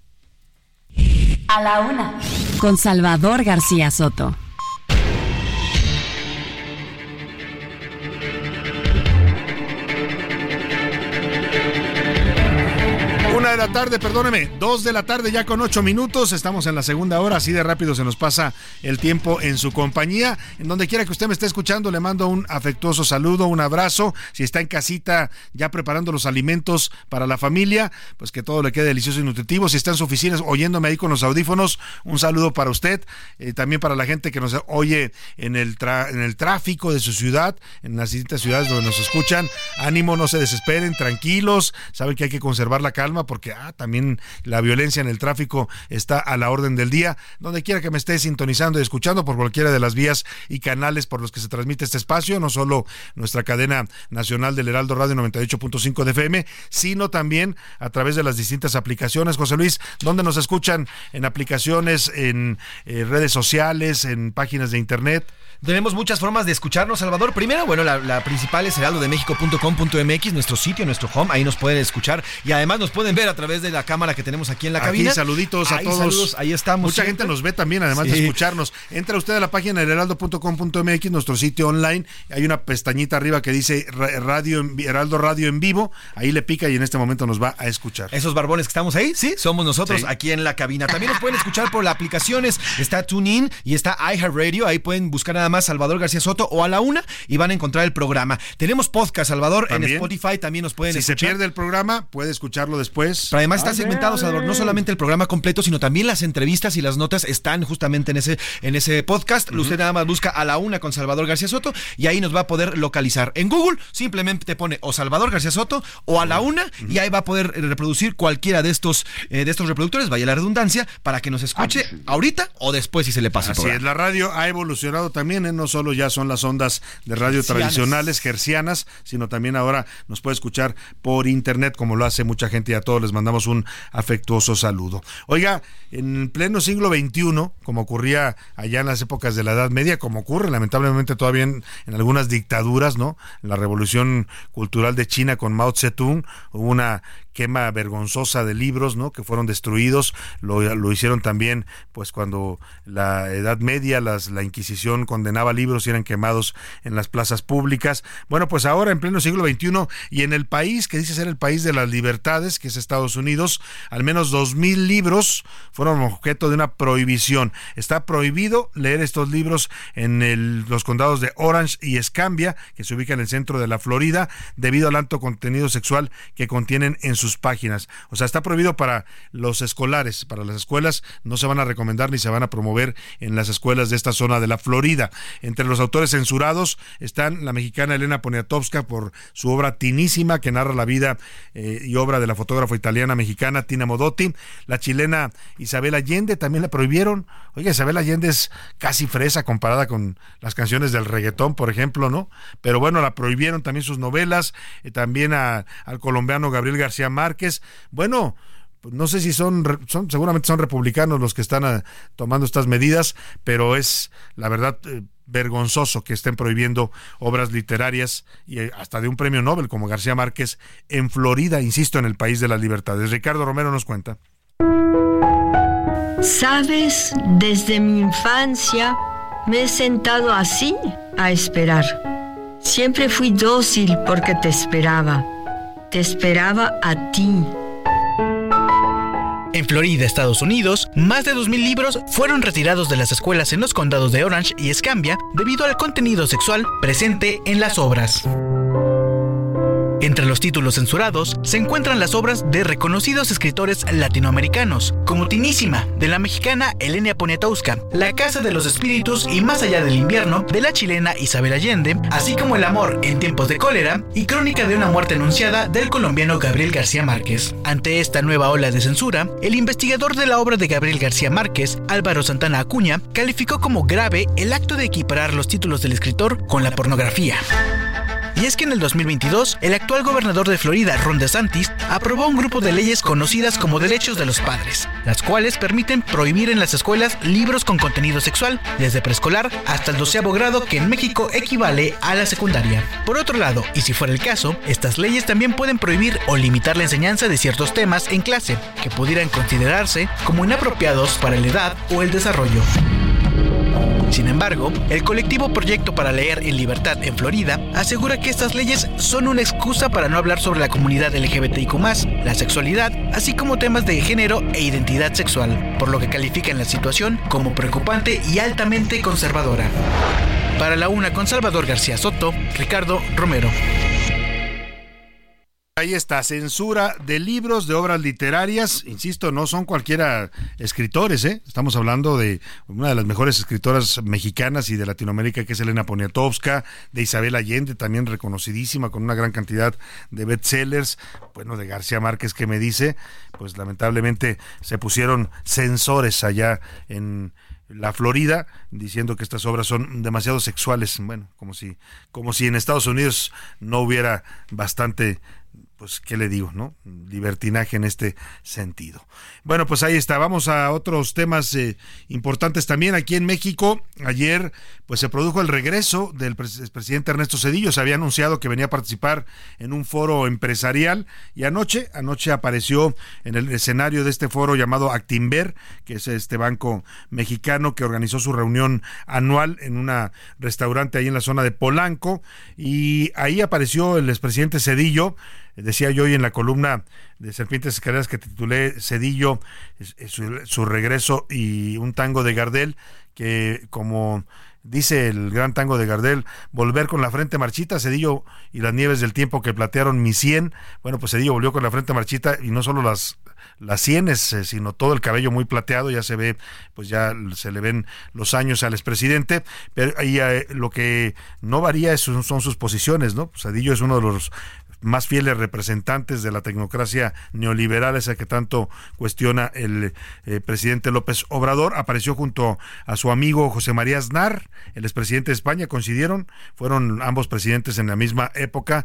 A la Una, con Salvador García Soto. 2 de la tarde ya con 8 minutos, estamos en la segunda hora, así de rápido se nos pasa el tiempo en su compañía. En donde quiera que usted me esté escuchando, le mando un afectuoso saludo, un abrazo. Si está en casita ya preparando los alimentos para la familia, pues que todo le quede delicioso y nutritivo. Si está en su oficina oyéndome ahí con los audífonos, un saludo para usted, también para la gente que nos oye en el tráfico de su ciudad, en las distintas ciudades donde nos escuchan. Ánimo, no se desesperen, tranquilos, saben que hay que conservar la calma porque también la violencia en el tráfico está a la orden del día. Donde quiera que me esté sintonizando y escuchando por cualquiera de las vías y canales por los que se transmite este espacio, no solo nuestra cadena nacional del Heraldo Radio 98.5 de FM, sino también a través de las distintas aplicaciones. José Luis, ¿dónde nos escuchan? En aplicaciones, en redes sociales, en páginas de internet. Tenemos muchas formas de escucharnos, Salvador. Primero, bueno, la principal es heraldodemexico.com.mx, nuestro sitio, nuestro home. Ahí nos pueden escuchar y además nos pueden ver a través de la cámara que tenemos aquí en la cabina. Saluditos a todos. Saludos, ahí estamos. Mucha gente nos ve también, además de escucharnos. Entra usted a la página de heraldo.com.mx, nuestro sitio online. Hay una pestañita arriba que dice Heraldo Radio en vivo. Ahí le pica y en este momento nos va a escuchar. Esos barbones que estamos ahí, sí, somos nosotros aquí en la cabina. También nos pueden escuchar por las aplicaciones. Está TuneIn y está iHeartRadio. Ahí pueden buscar nada más Salvador García Soto o A la Una y van a encontrar el programa. Tenemos podcast, Salvador, también, en Spotify también nos pueden escuchar. Si se pierde el programa, puede escucharlo después. Pero además está segmentado, Salvador, no solamente el programa completo, sino también las entrevistas y las notas están justamente en ese podcast. Usted nada más busca A la Una con Salvador García Soto y ahí nos va a poder localizar. En Google simplemente te pone o Salvador García Soto o A la Una y ahí va a poder reproducir cualquiera de estos reproductores, vaya la redundancia, para que nos escuche ahorita o después si se le pasa. Así es, la radio ha evolucionado también, no solo ya son las ondas de radio tradicionales, hercianas, sino también ahora nos puede escuchar por internet, como lo hace mucha gente, y a todos les mandamos un afectuoso saludo. Oiga, en pleno siglo XXI, como ocurría allá en las épocas de la Edad Media, como ocurre lamentablemente todavía en algunas dictaduras, ¿no? En la revolución cultural de China con Mao Zedong hubo una quema vergonzosa de libros, ¿no?, que fueron destruidos. Lo hicieron también pues cuando la Edad Media, la Inquisición condenaba libros y eran quemados en las plazas públicas. Bueno, pues ahora en pleno siglo XXI y en el país que dice ser el país de las libertades, que es Estados Unidos, al menos 2,000 libros fueron objeto de una prohibición. Está prohibido leer estos libros en los condados de Orange y Escambia, que se ubican en el centro de la Florida, debido al alto contenido sexual que contienen en sus páginas. O sea, está prohibido para los escolares, para las escuelas, no se van a recomendar ni se van a promover en las escuelas de esta zona de la Florida. Entre los autores censurados están la mexicana Elena Poniatowska por su obra Tinísima, que narra la vida y obra de la fotógrafa italiana mexicana Tina Modotti. La chilena Isabel Allende también la prohibieron. Oiga, Isabel Allende es casi fresa comparada con las canciones del reggaetón, por ejemplo, ¿no? Pero bueno, la prohibieron también sus novelas, también al colombiano Gabriel García Márquez. Bueno, no sé si seguramente son republicanos los que están tomando estas medidas, pero es la verdad vergonzoso que estén prohibiendo obras literarias y hasta de un premio Nobel como García Márquez en Florida, insisto, en el país de las libertades. Ricardo Romero nos cuenta. Sabes, desde mi infancia me he sentado así a esperar. Siempre fui dócil porque te esperaba a ti. En Florida, Estados Unidos, más de 2,000 libros fueron retirados de las escuelas en los condados de Orange y Escambia debido al contenido sexual presente en las obras. Entre los títulos censurados se encuentran las obras de reconocidos escritores latinoamericanos, como Tinísima, de la mexicana Elena Poniatowska, La Casa de los Espíritus y Más allá del invierno, de la chilena Isabel Allende, así como El amor en tiempos de cólera y Crónica de una muerte anunciada, del colombiano Gabriel García Márquez. Ante esta nueva ola de censura, el investigador de la obra de Gabriel García Márquez, Álvaro Santana Acuña, calificó como grave el acto de equiparar los títulos del escritor con la pornografía. Y es que en el 2022, el actual gobernador de Florida, Ron DeSantis, aprobó un grupo de leyes conocidas como derechos de los padres, las cuales permiten prohibir en las escuelas libros con contenido sexual, desde preescolar hasta el 12º grado, que en México equivale a la secundaria. Por otro lado, y si fuera el caso, estas leyes también pueden prohibir o limitar la enseñanza de ciertos temas en clase, que pudieran considerarse como inapropiados para la edad o el desarrollo. Sin embargo, el colectivo Proyecto para Leer en Libertad en Florida asegura que estas leyes son una excusa para no hablar sobre la comunidad LGBTIQ+, la sexualidad, así como temas de género e identidad sexual, por lo que califican la situación como preocupante y altamente conservadora. Para La Una con Salvador García Soto, Ricardo Romero. Ahí está, censura de libros, de obras literarias, insisto, no son cualquiera escritores, estamos hablando de una de las mejores escritoras mexicanas y de Latinoamérica, que es Elena Poniatowska, de Isabel Allende, también reconocidísima, con una gran cantidad de bestsellers, bueno, de García Márquez, que me dice, pues lamentablemente se pusieron censores allá en la Florida, diciendo que estas obras son demasiado sexuales, bueno, como si en Estados Unidos no hubiera bastante, pues, ¿qué le digo, no? Libertinaje en este sentido. Bueno, pues ahí está. Vamos a otros temas importantes también. Aquí en México, ayer, pues se produjo el regreso del presidente Ernesto Zedillo. Se había anunciado que venía a participar en un foro empresarial y anoche apareció en el escenario de este foro llamado Actinver, que es este banco mexicano que organizó su reunión anual en un restaurante ahí en la zona de Polanco, y ahí apareció el expresidente Zedillo. Decía yo hoy en la columna de Serpientes Escaleras que titulé Zedillo, su regreso y un tango de Gardel, que como dice el gran tango de Gardel, volver con la frente marchita, Zedillo y las nieves del tiempo que platearon mi sien. Bueno, pues Zedillo volvió con la frente marchita y no solo las sienes, sino todo el cabello muy plateado. Ya se ve, pues ya se le ven los años al expresidente, pero lo que no varía son sus posiciones, ¿no? Zedillo es uno de los más fieles representantes de la tecnocracia neoliberal, esa que tanto cuestiona el presidente López Obrador. Apareció junto a su amigo José María Aznar, el expresidente de España. Coincidieron, fueron ambos presidentes en la misma época,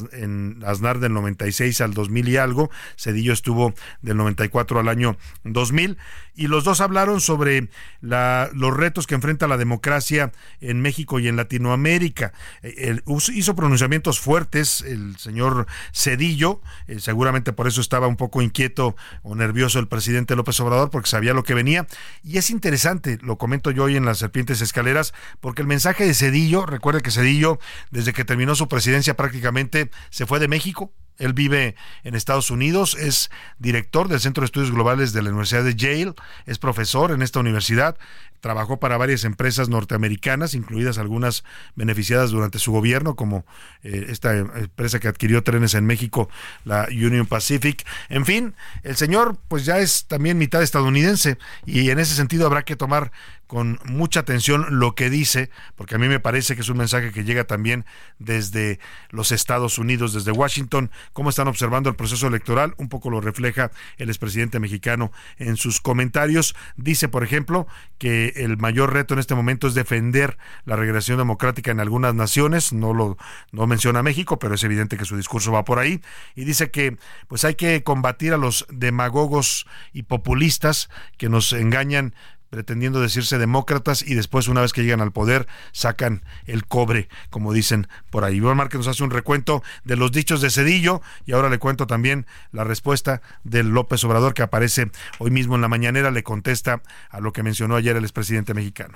Aznar del 96 al 2000 y algo, Zedillo estuvo del 94 al año 2000, y los dos hablaron sobre los retos que enfrenta la democracia en México y en Latinoamérica. Hizo pronunciamientos fuertes el señor señor Zedillo. Seguramente por eso estaba un poco inquieto o nervioso el presidente López Obrador, porque sabía lo que venía. Y es interesante, lo comento yo hoy en Las Serpientes Escaleras, porque el mensaje de Zedillo, recuerde que Zedillo, desde que terminó su presidencia, prácticamente se fue de México. Él vive en Estados Unidos, es director del Centro de Estudios Globales de la Universidad de Yale, es profesor en esta universidad, trabajó para varias empresas norteamericanas, incluidas algunas beneficiadas durante su gobierno, como esta empresa que adquirió trenes en México, la Union Pacific. En fin, el señor pues ya es también mitad estadounidense, y en ese sentido habrá que tomar con mucha atención lo que dice, porque a mí me parece que es un mensaje que llega también desde los Estados Unidos, desde Washington. Cómo están observando el proceso electoral, un poco lo refleja el expresidente mexicano en sus comentarios. Dice, por ejemplo, que el mayor reto en este momento es defender la regresión democrática en algunas naciones. No menciona a México, pero es evidente que su discurso va por ahí. Y dice que pues hay que combatir a los demagogos y populistas que nos engañan pretendiendo decirse demócratas y después, una vez que llegan al poder, sacan el cobre, como dicen por ahí. Iván Márquez nos hace un recuento de los dichos de Zedillo, y ahora le cuento también la respuesta de López Obrador, que aparece hoy mismo en la mañanera. Le contesta a lo que mencionó ayer el expresidente mexicano.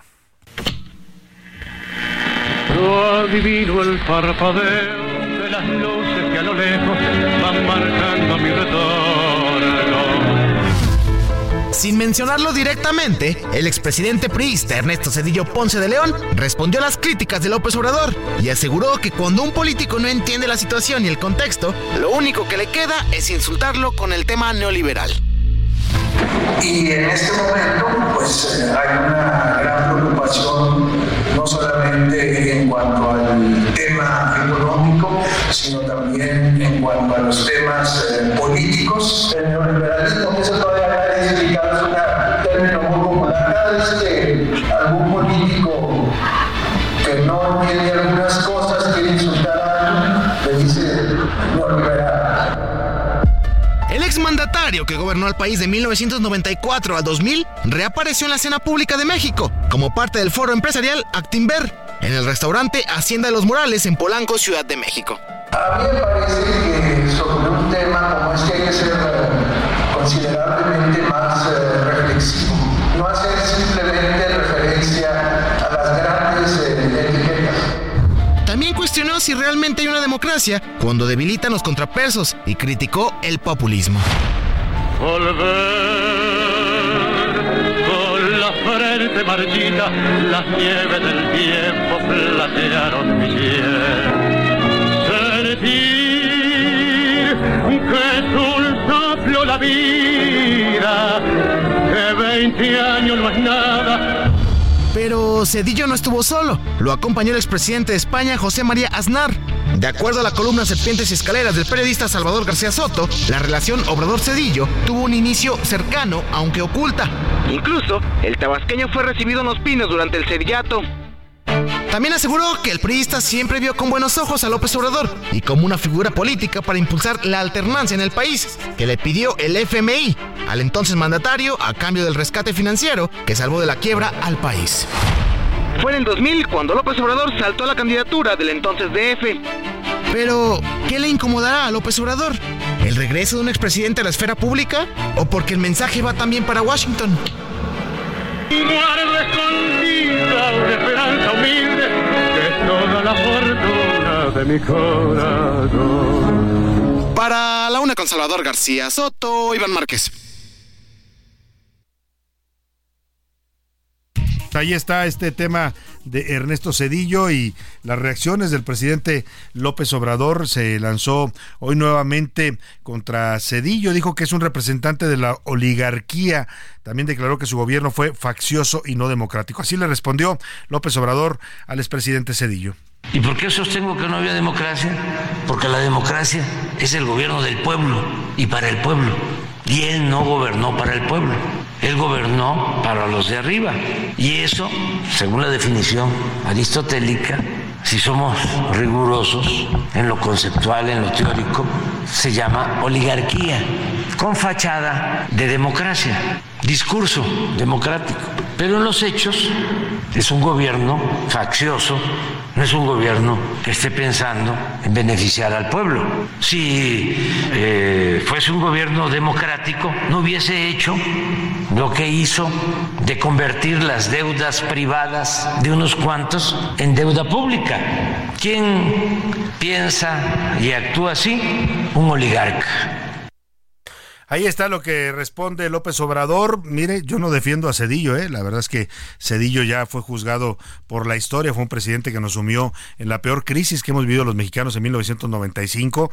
Yo adivino el parpadeo de las luces que a lo lejos van marcando mi retorno. Sin mencionarlo directamente, el expresidente priista Ernesto Zedillo Ponce de León respondió a las críticas de López Obrador y aseguró que cuando un político no entiende la situación y el contexto, lo único que le queda es insultarlo con el tema neoliberal. Y en este momento, pues hay una gran preocupación, no solamente en cuanto al tema económico, sino también en cuanto a los temas políticos. El neoliberalismo, que eso todavía es explicado, es un término muy popular. Cada vez que algún político que no entiende algunas cosas quiere insultar a alguien, le dice neoliberal. El exmandatario que gobernó al país de 1994 a 2000 reapareció en la escena pública de México como parte del foro empresarial Actinver en el restaurante Hacienda de los Morales en Polanco, Ciudad de México. A mí me parece que sobre un tema como este hay que ser considerablemente más reflexivo, no hacer simplemente referencia a las grandes etiquetas. También cuestionó si realmente hay una democracia cuando debilitan los contrapesos y criticó el populismo. Volver con la frente marchita, las nieves del tiempo platearon mi piel. Sentir que es un soplo la vida, que 20 años no es nada. Pero Zedillo no estuvo solo, lo acompañó el expresidente de España, José María Aznar. De acuerdo a la columna Serpientes y Escaleras del periodista Salvador García Soto, la relación Obrador-Zedillo tuvo un inicio cercano, aunque oculta. Incluso, el tabasqueño fue recibido en Los Pinos durante el sedillato. También aseguró que el priista siempre vio con buenos ojos a López Obrador y como una figura política para impulsar la alternancia en el país, que le pidió el FMI al entonces mandatario a cambio del rescate financiero que salvó de la quiebra al país. Fue en el 2000 cuando López Obrador saltó a la candidatura del entonces DF. Pero, ¿qué le incomodará a López Obrador? ¿El regreso de un expresidente a la esfera pública? ¿O porque el mensaje va también para Washington? Guardo escondida una esperanza humilde, que es toda la fortuna de mi corazón. Para La Una con Salvador García Soto, Iván Márquez. Ahí está este tema de Ernesto Zedillo y las reacciones del presidente López Obrador. Se lanzó hoy nuevamente contra Zedillo, dijo que es un representante de la oligarquía. También declaró que su gobierno fue faccioso y no democrático. Así le respondió López Obrador al expresidente Zedillo. ¿Y por qué sostengo que no había democracia? Porque la democracia es el gobierno del pueblo y para el pueblo. Y él no gobernó para el pueblo, él gobernó para los de arriba. Y eso, según la definición aristotélica, si somos rigurosos en lo conceptual, en lo teórico, se llama oligarquía, con fachada de democracia, discurso democrático. Pero en los hechos es un gobierno faccioso, no es un gobierno que esté pensando en beneficiar al pueblo. Si fuese un gobierno democrático, no hubiese hecho lo que hizo de convertir las deudas privadas de unos cuantos en deuda pública. ¿Quién piensa y actúa así? Un oligarca. Ahí está lo que responde López Obrador. Mire, yo no defiendo a Zedillo, la verdad es que Zedillo ya fue juzgado por la historia, fue un presidente que nos sumió en la peor crisis que hemos vivido los mexicanos en 1995,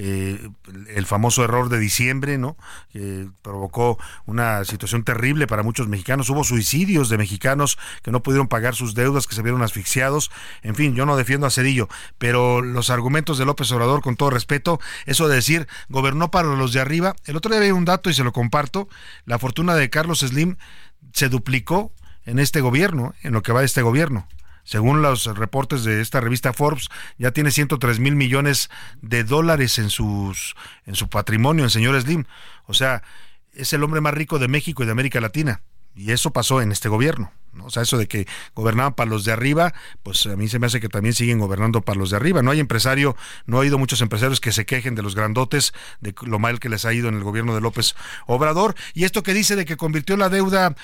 el famoso error de diciembre, ¿no? Que provocó una situación terrible para muchos mexicanos. Hubo suicidios de mexicanos que no pudieron pagar sus deudas, que se vieron asfixiados. En fin, yo no defiendo a Zedillo, pero los argumentos de López Obrador, con todo respeto, eso de decir gobernó para los de arriba. El otro día hay un dato y se lo comparto: la fortuna de Carlos Slim se duplicó en este gobierno, en lo que va de este gobierno. Según los reportes de esta revista Forbes, ya tiene 103,000 millones de dólares en su patrimonio, el señor Slim. O sea, es el hombre más rico de México y de América Latina. Y eso pasó en este gobierno, ¿no? O sea, eso de que gobernaban para los de arriba, pues a mí se me hace que también siguen gobernando para los de arriba. No hay oído muchos empresarios que se quejen de los grandotes, de lo mal que les ha ido en el gobierno de López Obrador. Y esto que dice de que convirtió la deuda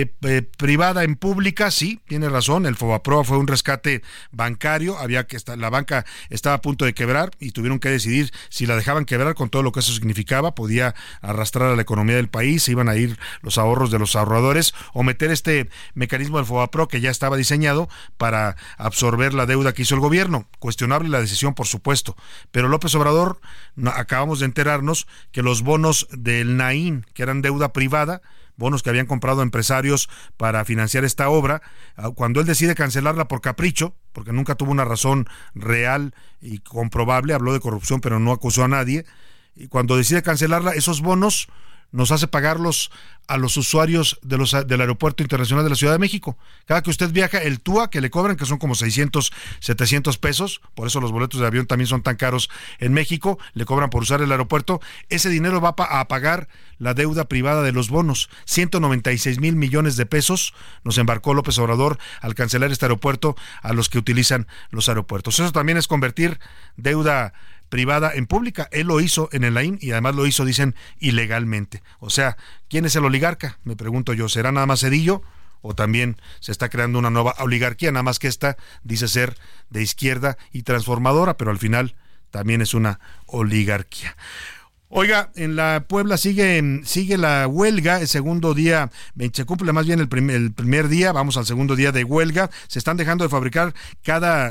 privada en pública, sí, tiene razón. El Fobaproa fue un rescate bancario, la banca estaba a punto de quebrar y tuvieron que decidir si la dejaban quebrar, con todo lo que eso significaba. Podía arrastrar a la economía del país, se iban a ir los ahorros de los ahorradores, o meter este mecanismo del Fobaproa que ya estaba diseñado para absorber la deuda que hizo el gobierno. Cuestionable la decisión, por supuesto, pero López Obrador, acabamos de enterarnos que los bonos del Naim, que eran deuda privada, bonos que habían comprado empresarios para financiar esta obra, cuando él decide cancelarla por capricho, porque nunca tuvo una razón real y comprobable, habló de corrupción pero no acusó a nadie, y cuando decide cancelarla, esos bonos nos hace pagarlos a los usuarios del Aeropuerto Internacional de la Ciudad de México. Cada que usted viaja, el TUA que le cobran, que son como 600, 700 pesos, por eso los boletos de avión también son tan caros en México, le cobran por usar el aeropuerto, ese dinero va a pagar la deuda privada de los bonos. 196,000 millones de pesos nos embarcó López Obrador al cancelar este aeropuerto a los que utilizan los aeropuertos. Eso también es convertir deuda privada en pública. Él lo hizo en el Naim y además lo hizo, dicen, ilegalmente. O sea, ¿quién es el oligarca? Me pregunto yo, ¿será nada más Zedillo o también se está creando una nueva oligarquía? Nada más que esta dice ser de izquierda y transformadora, pero al final también es una oligarquía. Oiga, en la Puebla sigue la huelga, el segundo día, se cumple más bien el primer día, vamos al segundo día de huelga. Se están dejando de fabricar cada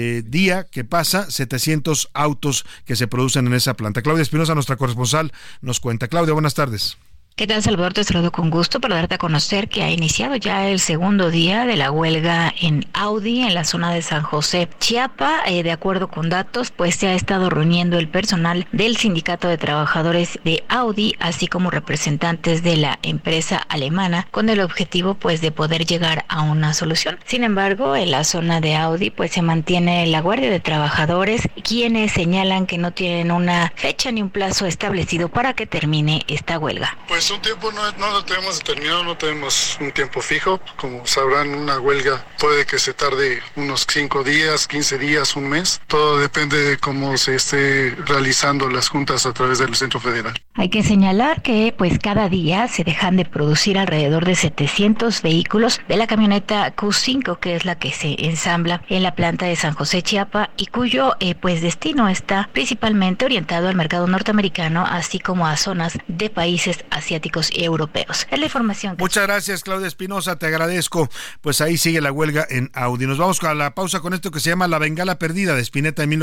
día que pasa 700 autos que se producen en esa planta. Claudia Espinosa, nuestra corresponsal, nos cuenta. Claudia, buenas tardes. ¿Qué tal, Salvador? Te saludo con gusto para darte a conocer que ha iniciado ya el segundo día de la huelga en Audi, en la zona de San José, Chiapa. De acuerdo con datos, pues se ha estado reuniendo el personal del Sindicato de Trabajadores de Audi, así como representantes de la empresa alemana, con el objetivo pues de poder llegar a una solución. Sin embargo, en la zona de Audi pues se mantiene la guardia de trabajadores, quienes señalan que no tienen una fecha ni un plazo establecido para que termine esta huelga. Pues un tiempo no lo tenemos determinado, no tenemos un tiempo fijo. Como sabrán, una huelga puede que se tarde unos 5 días, 15 días, un mes. Todo depende de cómo se esté realizando las juntas a través del Centro Federal. Hay que señalar que pues cada día se dejan de producir alrededor de 700 vehículos de la camioneta Q5, que es la que se ensambla en la planta de San José, Chiapa, y cuyo pues destino está principalmente orientado al mercado norteamericano, así como a zonas de países asiáticos y europeos. Es la información. Muchas gracias, Claudia Espinosa, te agradezco. Pues ahí sigue la huelga en Audi. Nos vamos a la pausa con esto que se llama La Bengala Perdida, de Spinetta en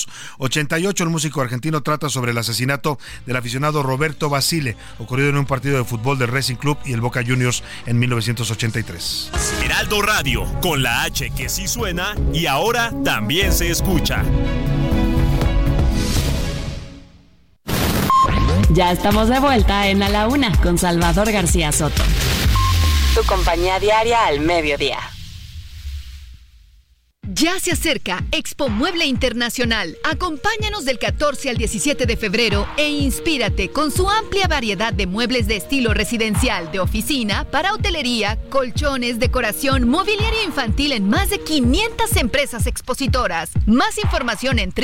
1988. El músico argentino trata sobre el asesinato del aficionado Roberto Basile, ocurrido en un partido de fútbol del Racing Club y el Boca Juniors en 1983. Heraldo Radio, con la H que sí suena y ahora también se escucha. Ya estamos de vuelta en A la Una con Salvador García Soto. Tu compañía diaria al mediodía. Ya se acerca Expo Mueble Internacional. Acompáñanos del 14 al 17 de febrero e inspírate con su amplia variedad de muebles de estilo residencial, de oficina, para hotelería, colchones, decoración, mobiliario infantil en más de 500 empresas expositoras. Más información en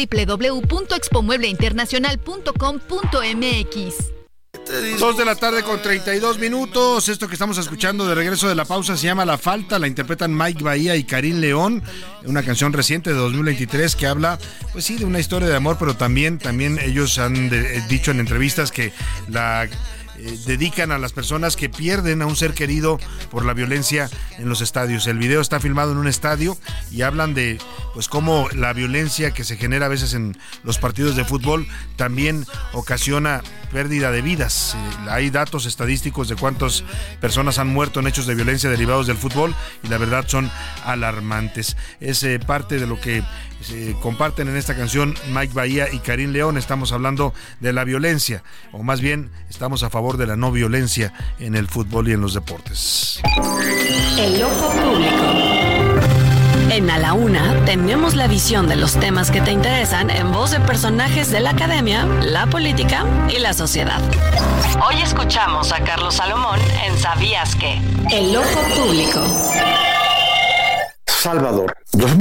www.expomuebleinternacional.com.mx. 2 de la tarde con 32 minutos. Esto que estamos escuchando de regreso de la pausa se llama La Falta. La interpretan Mike Bahía y Karim León. Una canción reciente de 2023 que habla, pues sí, de una historia de amor, pero también ellos han dicho en entrevistas que la dedican a las personas que pierden a un ser querido por la violencia en los estadios. El video está filmado en un estadio y hablan de pues cómo la violencia que se genera a veces en los partidos de fútbol también ocasiona pérdida de vidas. Hay datos estadísticos de cuántas personas han muerto en hechos de violencia derivados del fútbol y la verdad son alarmantes. Es parte de lo que se comparten en esta canción Mike Bahía y Karim León. Estamos hablando de la violencia, o más bien estamos a favor de la no violencia en el fútbol y en los deportes. El ojo público. En A la Una tenemos la visión de los temas que te interesan en voz de personajes de la academia, la política y la sociedad. Hoy escuchamos a Carlos Salomón en ¿Sabías qué? El ojo público. Salvador,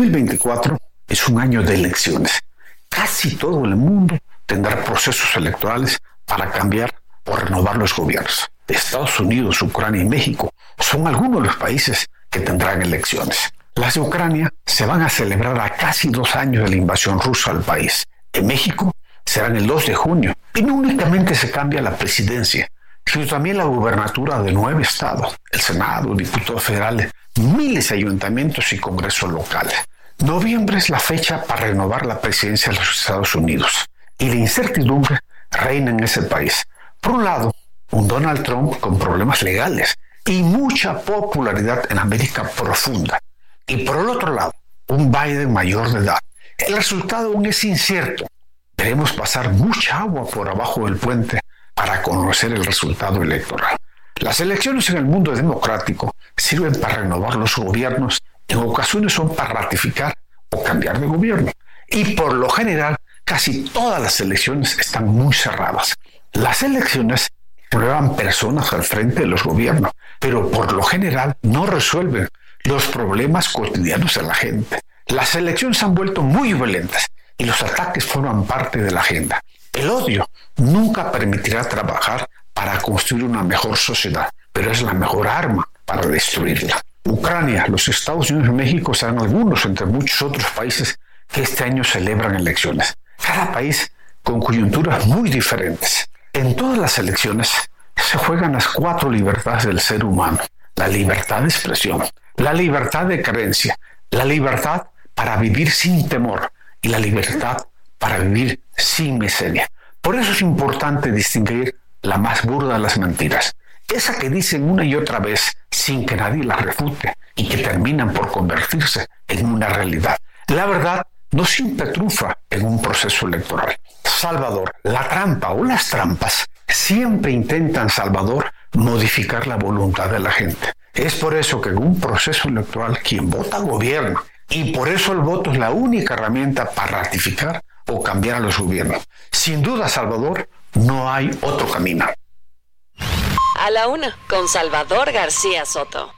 2024 es un año de elecciones. Casi todo el mundo tendrá procesos electorales para cambiar o renovar los gobiernos. Estados Unidos, Ucrania y México son algunos de los países que tendrán elecciones. Las de Ucrania se van a celebrar a casi 2 años de la invasión rusa al país. En México serán el 2 de junio. Y no únicamente se cambia la presidencia, sino también la gubernatura de 9 estados, el Senado, diputados federales, miles de ayuntamientos y congresos locales. Noviembre es la fecha para renovar la presidencia de los Estados Unidos. Y la incertidumbre reina en ese país. Por un lado, un Donald Trump con problemas legales y mucha popularidad en América profunda. Y por el otro lado, un Biden mayor de edad. El resultado aún es incierto. Debemos pasar mucha agua por abajo del puente para conocer el resultado electoral. Las elecciones en el mundo democrático sirven para renovar los gobiernos, en ocasiones son para ratificar o cambiar de gobierno. Y por lo general, casi todas las elecciones están muy cerradas. Las elecciones prueban personas al frente de los gobiernos, pero por lo general no resuelven los problemas cotidianos de la gente. Las elecciones se han vuelto muy violentas y los ataques forman parte de la agenda. El odio nunca permitirá trabajar para construir una mejor sociedad, pero es la mejor arma para destruirla. Ucrania, los Estados Unidos y México serán algunos entre muchos otros países que este año celebran elecciones. Cada país con coyunturas muy diferentes. En todas las elecciones se juegan las 4 libertades del ser humano. La libertad de expresión, la libertad de creencia, la libertad para vivir sin temor y la libertad para vivir sin miseria. Por eso es importante distinguir la más burda de las mentiras, esa que dicen una y otra vez sin que nadie las refute y que terminan por convertirse en una realidad. La verdad no siempre triunfa en un proceso electoral. Salvador, la trampa o las trampas siempre intentan, Salvador, modificar la voluntad de la gente. Es por eso que en un proceso electoral quien vota gobierna, y por eso el voto es la única herramienta para ratificar o cambiar a los gobiernos. Sin duda, Salvador, no hay otro camino. A la Una, con Salvador García Soto.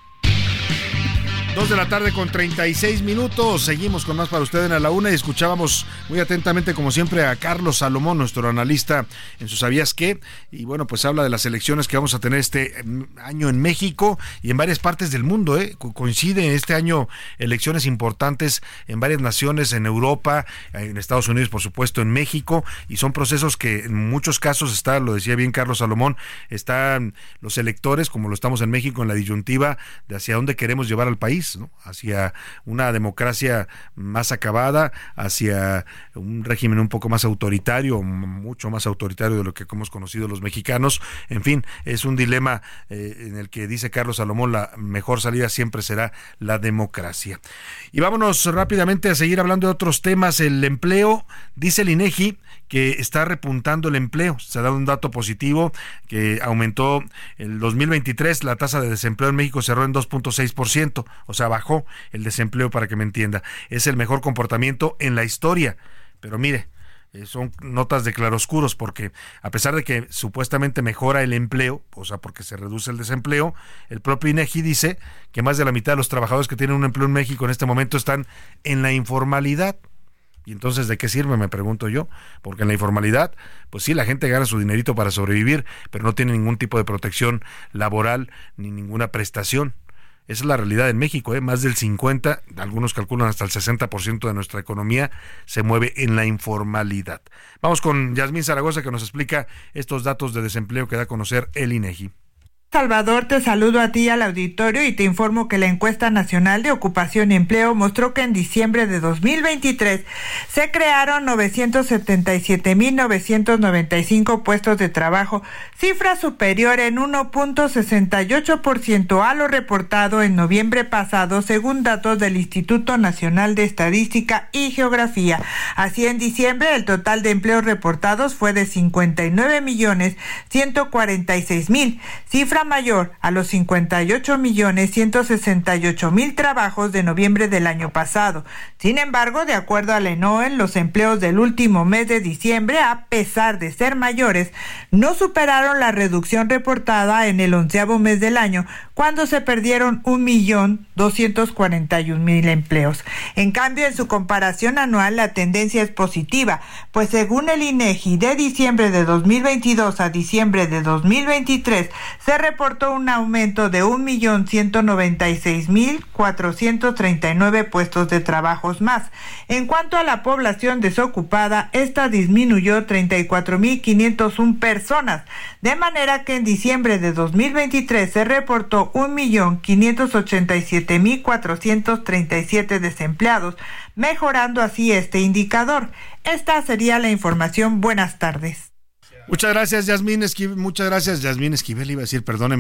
2 de la tarde con 36 minutos. Seguimos con más para usted en A la Una y escuchábamos muy atentamente, como siempre, a Carlos Salomón, nuestro analista en su ¿Sabías qué? Y bueno, pues habla de las elecciones que vamos a tener este año en México y en varias partes del mundo. Coincide este año elecciones importantes en varias naciones, en Europa, en Estados Unidos, por supuesto, en México, y son procesos que en muchos casos lo decía bien Carlos Salomón, están los electores, como lo estamos en México, en la disyuntiva de hacia dónde queremos llevar al país, ¿no? Hacia una democracia más acabada, hacia un régimen un poco más autoritario, mucho más autoritario de lo que hemos conocido los mexicanos. En fin, es un dilema en el que dice Carlos Salomón, la mejor salida siempre será la democracia. Y vámonos rápidamente a seguir hablando de otros temas. El empleo, dice el INEGI que está repuntando el empleo. Se ha dado un dato positivo que aumentó el 2023, la tasa de desempleo en México cerró en 2.6%, o sea, bajó el desempleo, para que me entienda. Es el mejor comportamiento en la historia, pero mire, son notas de claroscuros, porque a pesar de que supuestamente mejora el empleo, o sea, porque se reduce el desempleo, el propio INEGI dice que más de la mitad de los trabajadores que tienen un empleo en México en este momento están en la informalidad. Y entonces, ¿de qué sirve? Me pregunto yo, porque en la informalidad, pues sí, la gente gana su dinerito para sobrevivir, pero no tiene ningún tipo de protección laboral ni ninguna prestación. Esa es la realidad en México, más del 50, algunos calculan hasta el 60% de nuestra economía se mueve en la informalidad. Vamos con Yasmín Zaragoza, que nos explica estos datos de desempleo que da a conocer el INEGI. Salvador, te saludo a ti y al auditorio y te informo que la encuesta nacional de ocupación y empleo mostró que en diciembre de 2023 se crearon 977,995 puestos de trabajo, cifra superior en 1.68% a lo reportado en noviembre pasado, según datos del Instituto Nacional de Estadística y Geografía. Así, en diciembre el total de empleos reportados fue de 59,146,000, cifra mayor a los 58,168,000 trabajos de noviembre del año pasado. Sin embargo, de acuerdo a la ENOE, los empleos del último mes de diciembre, a pesar de ser mayores, no superaron la reducción reportada en el 11º mes del año, cuando se perdieron 1,241,000 empleos. En cambio, en su comparación anual, la tendencia es positiva, pues según el INEGI, de diciembre de 2022 a diciembre de 2023, se reportó un aumento de 1,196,439 puestos de trabajo más. En cuanto a la población desocupada, esta disminuyó 34,501 personas, de manera que en diciembre de 2023 se reportó 1,587,437 desempleados, mejorando así este indicador. Esta sería la información. Buenas tardes. Muchas gracias, Yasmín Esquivel. Muchas gracias, Yasmín Esquivel. Iba a decir, perdón.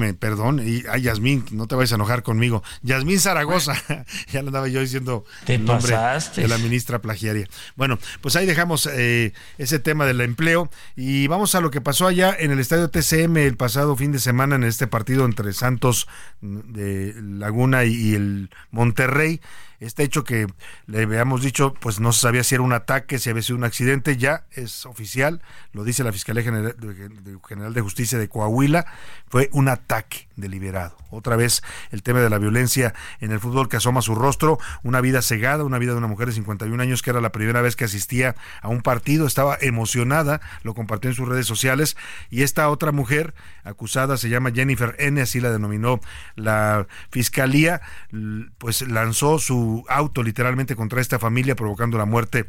Yasmín, no te vayas a enojar conmigo. Yasmín Zaragoza. Ya lo andaba yo diciendo el nombre de la ministra plagiaria. Bueno, pues ahí dejamos ese tema del empleo y vamos a lo que pasó allá en el estadio TCM el pasado fin de semana en este partido entre Santos de Laguna y el Monterrey. Este hecho que le habíamos dicho, pues no se sabía si era un ataque, si había sido un accidente, ya es oficial, lo dice la Fiscalía General de Justicia de Coahuila, fue un ataque deliberado. Otra vez el tema de la violencia en el fútbol que asoma su rostro, una vida cegada, una vida de una mujer de 51 años que era la primera vez que asistía a un partido, estaba emocionada, lo compartió en sus redes sociales, y esta otra mujer acusada se llama Jennifer N., así la denominó la Fiscalía, pues lanzó su auto literalmente contra esta familia, provocando la muerte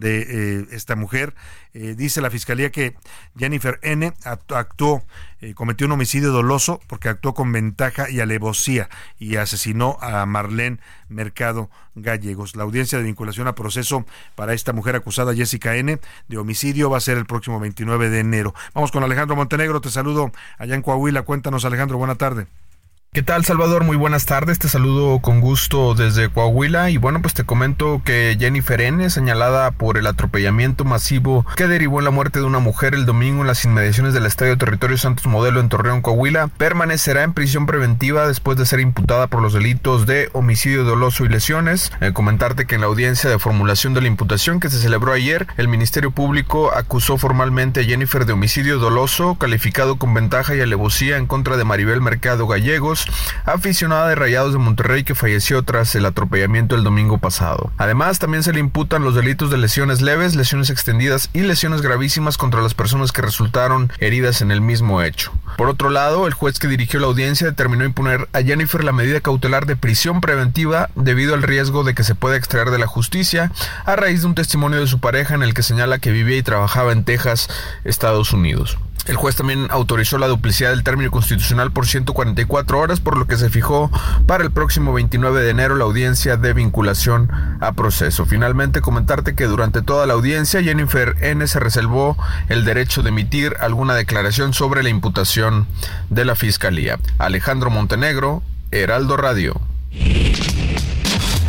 de esta mujer. Dice la Fiscalía que Jennifer N. cometió un homicidio doloso porque actuó con ventaja y alevosía y asesinó a Marlene Mercado Gallegos. La audiencia de vinculación a proceso para esta mujer acusada, Jessica N., de homicidio va a ser el próximo 29 de enero. Vamos con Alejandro Montenegro, te saludo allá en Coahuila. Cuéntanos, Alejandro, buena tarde. ¿Qué tal, Salvador? Muy buenas tardes, te saludo con gusto desde Coahuila y bueno, pues te comento que Jennifer N., señalada por el atropellamiento masivo que derivó en la muerte de una mujer el domingo en las inmediaciones del Estadio Territorio Santos Modelo en Torreón, Coahuila, permanecerá en prisión preventiva después de ser imputada por los delitos de homicidio doloso y lesiones. Comentarte que en la audiencia de formulación de la imputación que se celebró ayer, el Ministerio Público acusó formalmente a Jennifer de homicidio doloso, calificado con ventaja y alevosía en contra de Maribel Mercado Gallegos, aficionada de Rayados de Monterrey que falleció tras el atropellamiento el domingo pasado. Además, también se le imputan los delitos de lesiones leves, lesiones extendidas y lesiones gravísimas contra las personas que resultaron heridas en el mismo hecho. Por otro lado, el juez que dirigió la audiencia determinó imponer a Jennifer la medida cautelar de prisión preventiva debido al riesgo de que se pueda extraer de la justicia a raíz de un testimonio de su pareja en el que señala que vivía y trabajaba en Texas, Estados Unidos. El juez también autorizó la duplicidad del término constitucional por 144 horas, por lo que se fijó para el próximo 29 de enero la audiencia de vinculación a proceso. Finalmente, comentarte que durante toda la audiencia, Jennifer N. se reservó el derecho de emitir alguna declaración sobre la imputación de la Fiscalía. Alejandro Montenegro, Heraldo Radio.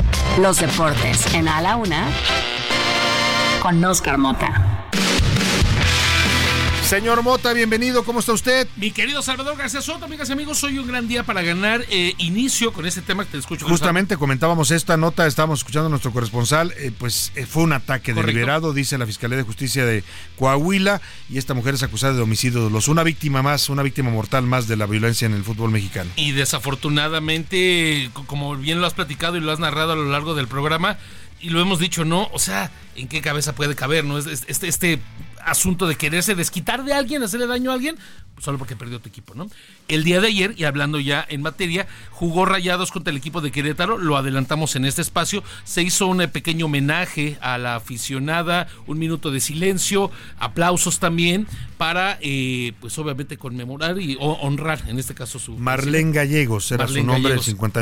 Los deportes en A la Una con Oscar Mota. Señor Mota, bienvenido, ¿cómo está usted? Mi querido Salvador García Soto, amigas y amigos, hoy un gran día para ganar. Inicio con este tema que te escucho. Justamente comentábamos esta nota, estábamos escuchando a nuestro corresponsal, fue un ataque deliberado, dice la Fiscalía de Justicia de Coahuila, y esta mujer es acusada de homicidio doloso, una víctima mortal más de la violencia en el fútbol mexicano. Y desafortunadamente, como bien lo has platicado y lo has narrado a lo largo del programa, y lo hemos dicho, ¿no? O sea, ¿en qué cabeza puede caber, no? Este asunto de quererse desquitar de alguien, hacerle daño a alguien, solo porque perdió tu equipo, ¿no? El día de ayer, y hablando ya en materia, jugó Rayados contra el equipo de Querétaro, lo adelantamos en este espacio, se hizo un pequeño homenaje a la aficionada, un minuto de silencio, aplausos también, para, pues obviamente conmemorar y honrar, en este caso su... Marlene Gallegos, era su nombre, de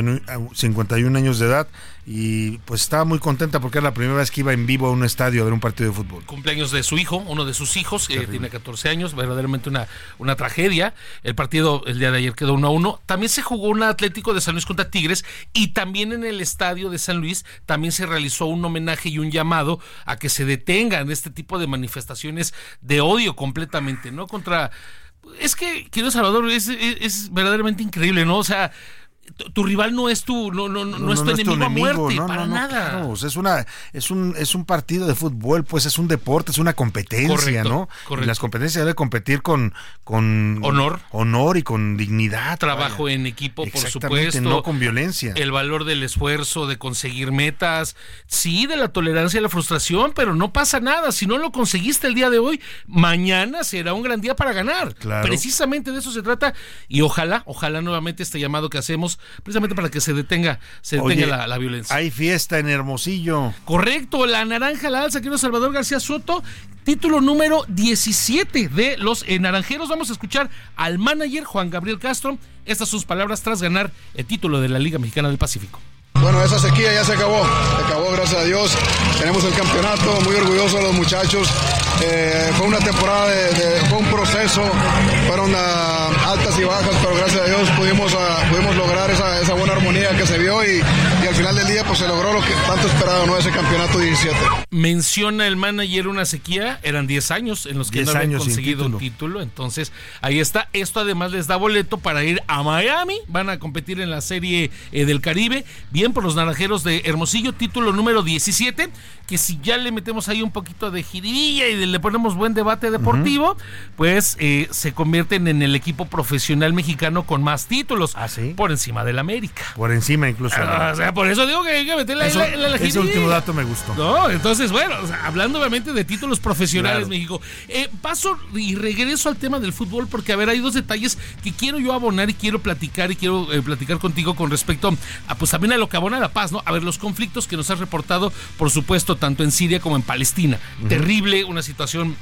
51 años de edad, y pues estaba muy contenta porque era la primera vez que iba en vivo a un estadio a ver un partido de fútbol. Cumpleaños de su hijo, uno de sus hijos, tiene 14 años, verdaderamente una tragedia. El partido el día de ayer quedó 1-1. También se jugó un Atlético de San Luis contra Tigres, y también en el estadio de San Luis también se realizó un homenaje y un llamado a que se detengan este tipo de manifestaciones de odio completamente, ¿no? Es que, querido Salvador, es verdaderamente increíble, ¿no? O sea, tu rival no es tu enemigo a muerte, para nada. Claro, o sea, es un partido de fútbol, pues es un deporte, es una competencia, correcto, ¿no? Correcto. Y las competencias deben competir con honor y con dignidad. Trabajo en equipo, por supuesto. No con violencia. El valor del esfuerzo, de conseguir metas, sí, de la tolerancia y la frustración, pero no pasa nada. Si no lo conseguiste el día de hoy, mañana será un gran día para ganar. Claro. Precisamente de eso se trata, y ojalá nuevamente este llamado que hacemos, precisamente para que se detenga la violencia. Hay fiesta en Hermosillo. Correcto, la naranja la alza, querido Salvador García Soto, título número 17 de los naranjeros. Vamos a escuchar al manager Juan Gabriel Castro. Estas son sus palabras tras ganar el título de la Liga Mexicana del Pacífico. Bueno, esa sequía ya se acabó gracias a Dios, tenemos el campeonato, muy orgullosos de los muchachos, fue una temporada, fue un proceso, fueron altas y bajas, pero gracias a Dios pudimos lograr esa buena armonía que se vio, y al final del día pues se logró lo que tanto esperado, ¿no? Ese campeonato 17. Menciona el manager una sequía, eran 10 años en los que no habían conseguido un título, entonces ahí está. Esto además les da boleto para ir a Miami, van a competir en la Serie del Caribe. Bien por los naranjeros de Hermosillo, título número 17, que si ya le metemos ahí un poquito de jiribilla y le ponemos buen debate deportivo, pues se convierten en el equipo profesional mexicano con más títulos. ¿Ah, sí? Por encima del América. Por encima incluso. O sea, por eso digo que hay que meterle la jiribilla. Ese último dato me gustó. No, entonces, bueno, o sea, hablando obviamente de títulos profesionales, claro. México. Paso y regreso al tema del fútbol, porque a ver, hay dos detalles que quiero yo abonar y quiero platicar contigo con respecto a, pues también a lo que abona la paz, ¿no? A ver, los conflictos que nos has reportado, por supuesto, tanto en Siria como en Palestina. Terrible, una situación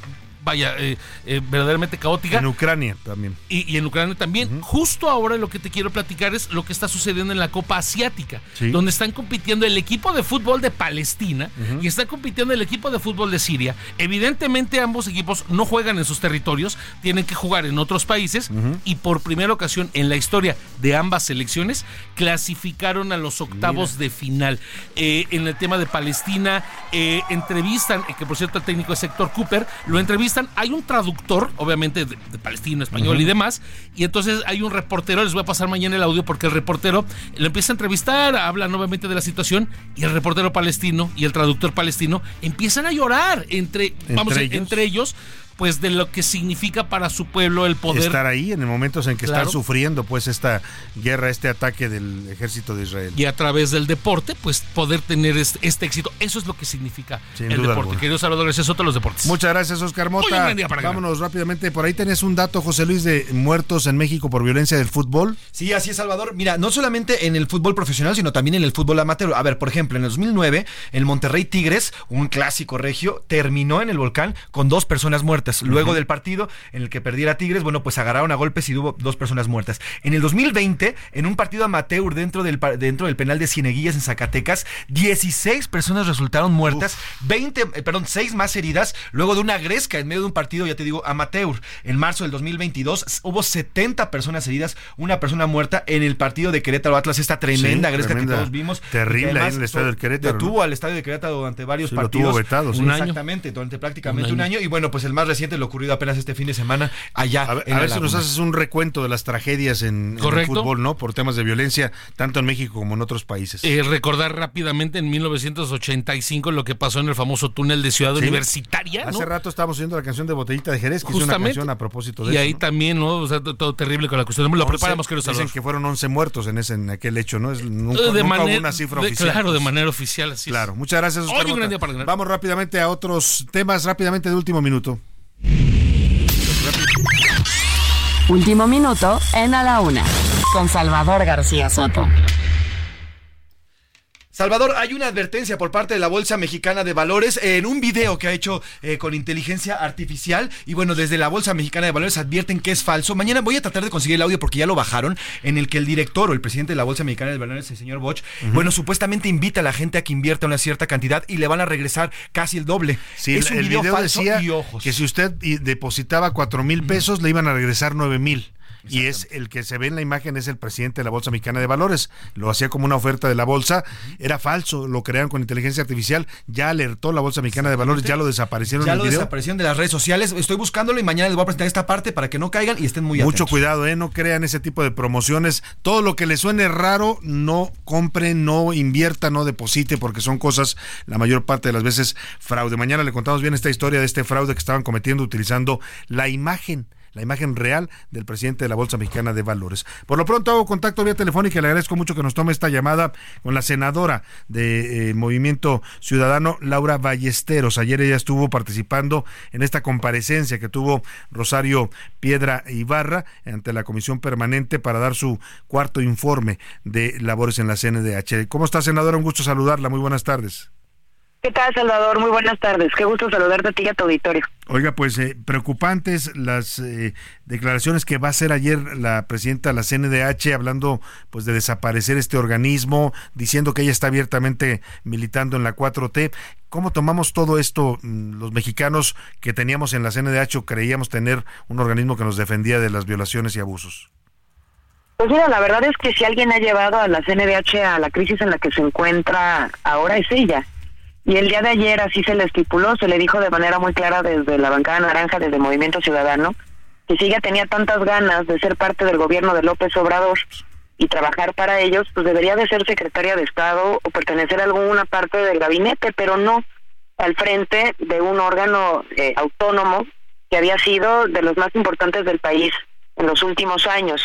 verdaderamente caótica. En Ucrania también. Y en Ucrania también. Justo ahora lo que te quiero platicar es lo que está sucediendo en la Copa Asiática, donde están compitiendo el equipo de fútbol de Palestina y está compitiendo el equipo de fútbol de Siria. Evidentemente ambos equipos no juegan en sus territorios, tienen que jugar en otros países, y por primera ocasión en la historia de ambas selecciones clasificaron a los octavos de final. En el tema de Palestina, entrevistan, que por cierto el técnico es Héctor Cooper, lo entrevistan. Hay un traductor, obviamente de palestino, español y demás, y entonces hay un reportero, les voy a pasar mañana el audio porque el reportero lo empieza a entrevistar, habla nuevamente de la situación, y el reportero palestino y el traductor palestino empiezan a llorar entre ellos, pues de lo que significa para su pueblo el poder estar ahí en el momento en que están sufriendo pues esta guerra, este ataque del ejército de Israel, y a través del deporte pues poder tener este éxito. Eso es lo que significa el deporte alguna. Querido Salvador, ese es otro de los deportes. Muchas gracias, Oscar Mota. Vámonos rápidamente, por ahí tenés un dato, José Luis, de muertos en México por violencia del fútbol. Sí, así es, Salvador. Mira, no solamente en el fútbol profesional, sino también en el fútbol amateur. A ver, por ejemplo, en el 2009 el Monterrey Tigres, un clásico regio, terminó en el Volcán con 2 personas muertas. Luego del partido en el que perdiera Tigres, bueno, pues agarraron a golpes y hubo 2 personas muertas. En el 2020, en un partido amateur dentro del penal de Cieneguillas en Zacatecas, 16 personas resultaron muertas, 6 más heridas, luego de una gresca en medio de un partido, ya te digo, amateur. En marzo del 2022 hubo 70 personas heridas, 1 persona muerta en el partido de Querétaro Atlas, esta tremenda gresca que todos vimos. Terrible ahí en el estadio del Querétaro. Detuvo al estadio de Querétaro durante varios partidos. Lo tuvo vetado, Exactamente, durante prácticamente un año. Y bueno, pues el más reciente reciente lo ocurrido apenas este fin de semana allá a ver si nos haces un recuento de las tragedias en el fútbol, ¿no? Por temas de violencia, tanto en México como en otros países. Recordar rápidamente en 1985 lo que pasó en el famoso túnel de Ciudad Universitaria, ¿no? Hace rato estábamos oyendo la canción de Botellita de Jerez, que es una canción a propósito de y eso. Y ahí también, ¿no? O sea, todo terrible con la cuestión. Lo preparamos, quiero saber. Dicen que fueron 11 muertos en aquel hecho, ¿no? Nunca hubo una cifra oficial. Claro, de manera oficial, así claro, muchas gracias, Oscar. Oye, un gran día para ganar. Vamos rápidamente a otros temas, rápidamente de último minuto. Último minuto en A la Una, con Salvador García Soto. Salvador, hay una advertencia por parte de la Bolsa Mexicana de Valores en un video que ha hecho con inteligencia artificial, y bueno, desde la Bolsa Mexicana de Valores advierten que es falso. Mañana voy a tratar de conseguir el audio porque ya lo bajaron, en el que el director o el presidente de la Bolsa Mexicana de Valores, el señor Boch, bueno, supuestamente invita a la gente a que invierta una cierta cantidad y le van a regresar casi el doble. Sí, es un el video falso decía y ojos. que si usted depositaba 4,000 pesos, le iban a regresar 9,000. Y es el que se ve en la imagen, es el presidente de la Bolsa Mexicana de Valores. Lo hacía como una oferta de la bolsa. Era falso, lo crearon con inteligencia artificial. Ya alertó la Bolsa Mexicana de Valores, ya lo desaparecieron en el video. Desaparecieron de las redes sociales. Estoy buscándolo y mañana les voy a presentar esta parte para que no caigan y estén muy atentos. Mucho cuidado, no crean ese tipo de promociones. Todo lo que les suene raro, no compre, no invierta, no deposite, porque son cosas, la mayor parte de las veces, fraude. Mañana le contamos bien esta historia de este fraude que estaban cometiendo utilizando la imagen real del presidente de la Bolsa Mexicana de Valores. Por lo pronto hago contacto vía telefónica y le agradezco mucho que nos tome esta llamada con la senadora de Movimiento Ciudadano, Laura Ballesteros. Ayer ella estuvo participando en esta comparecencia que tuvo Rosario Piedra Ibarra ante la Comisión Permanente para dar su cuarto informe de labores en la CNDH. ¿Cómo está, senadora? Un gusto saludarla. Muy buenas tardes. ¿Qué tal, Salvador? Muy buenas tardes. Qué gusto saludarte a ti y a tu auditorio. Oiga, pues preocupantes las declaraciones que va a hacer ayer la presidenta de la CNDH, hablando pues de desaparecer este organismo, diciendo que ella está abiertamente militando en la 4T. ¿Cómo tomamos todo esto los mexicanos que teníamos en la CNDH o creíamos tener un organismo que nos defendía de las violaciones y abusos? Pues mira, la verdad es que si alguien ha llevado a la CNDH a la crisis en la que se encuentra ahora es ella. Y el día de ayer así se le estipuló, se le dijo de manera muy clara desde la bancada naranja, desde Movimiento Ciudadano, que si ella tenía tantas ganas de ser parte del gobierno de López Obrador y trabajar para ellos, pues debería de ser secretaria de Estado o pertenecer a alguna parte del gabinete, pero no al frente de un órgano autónomo que había sido de los más importantes del país en los últimos años.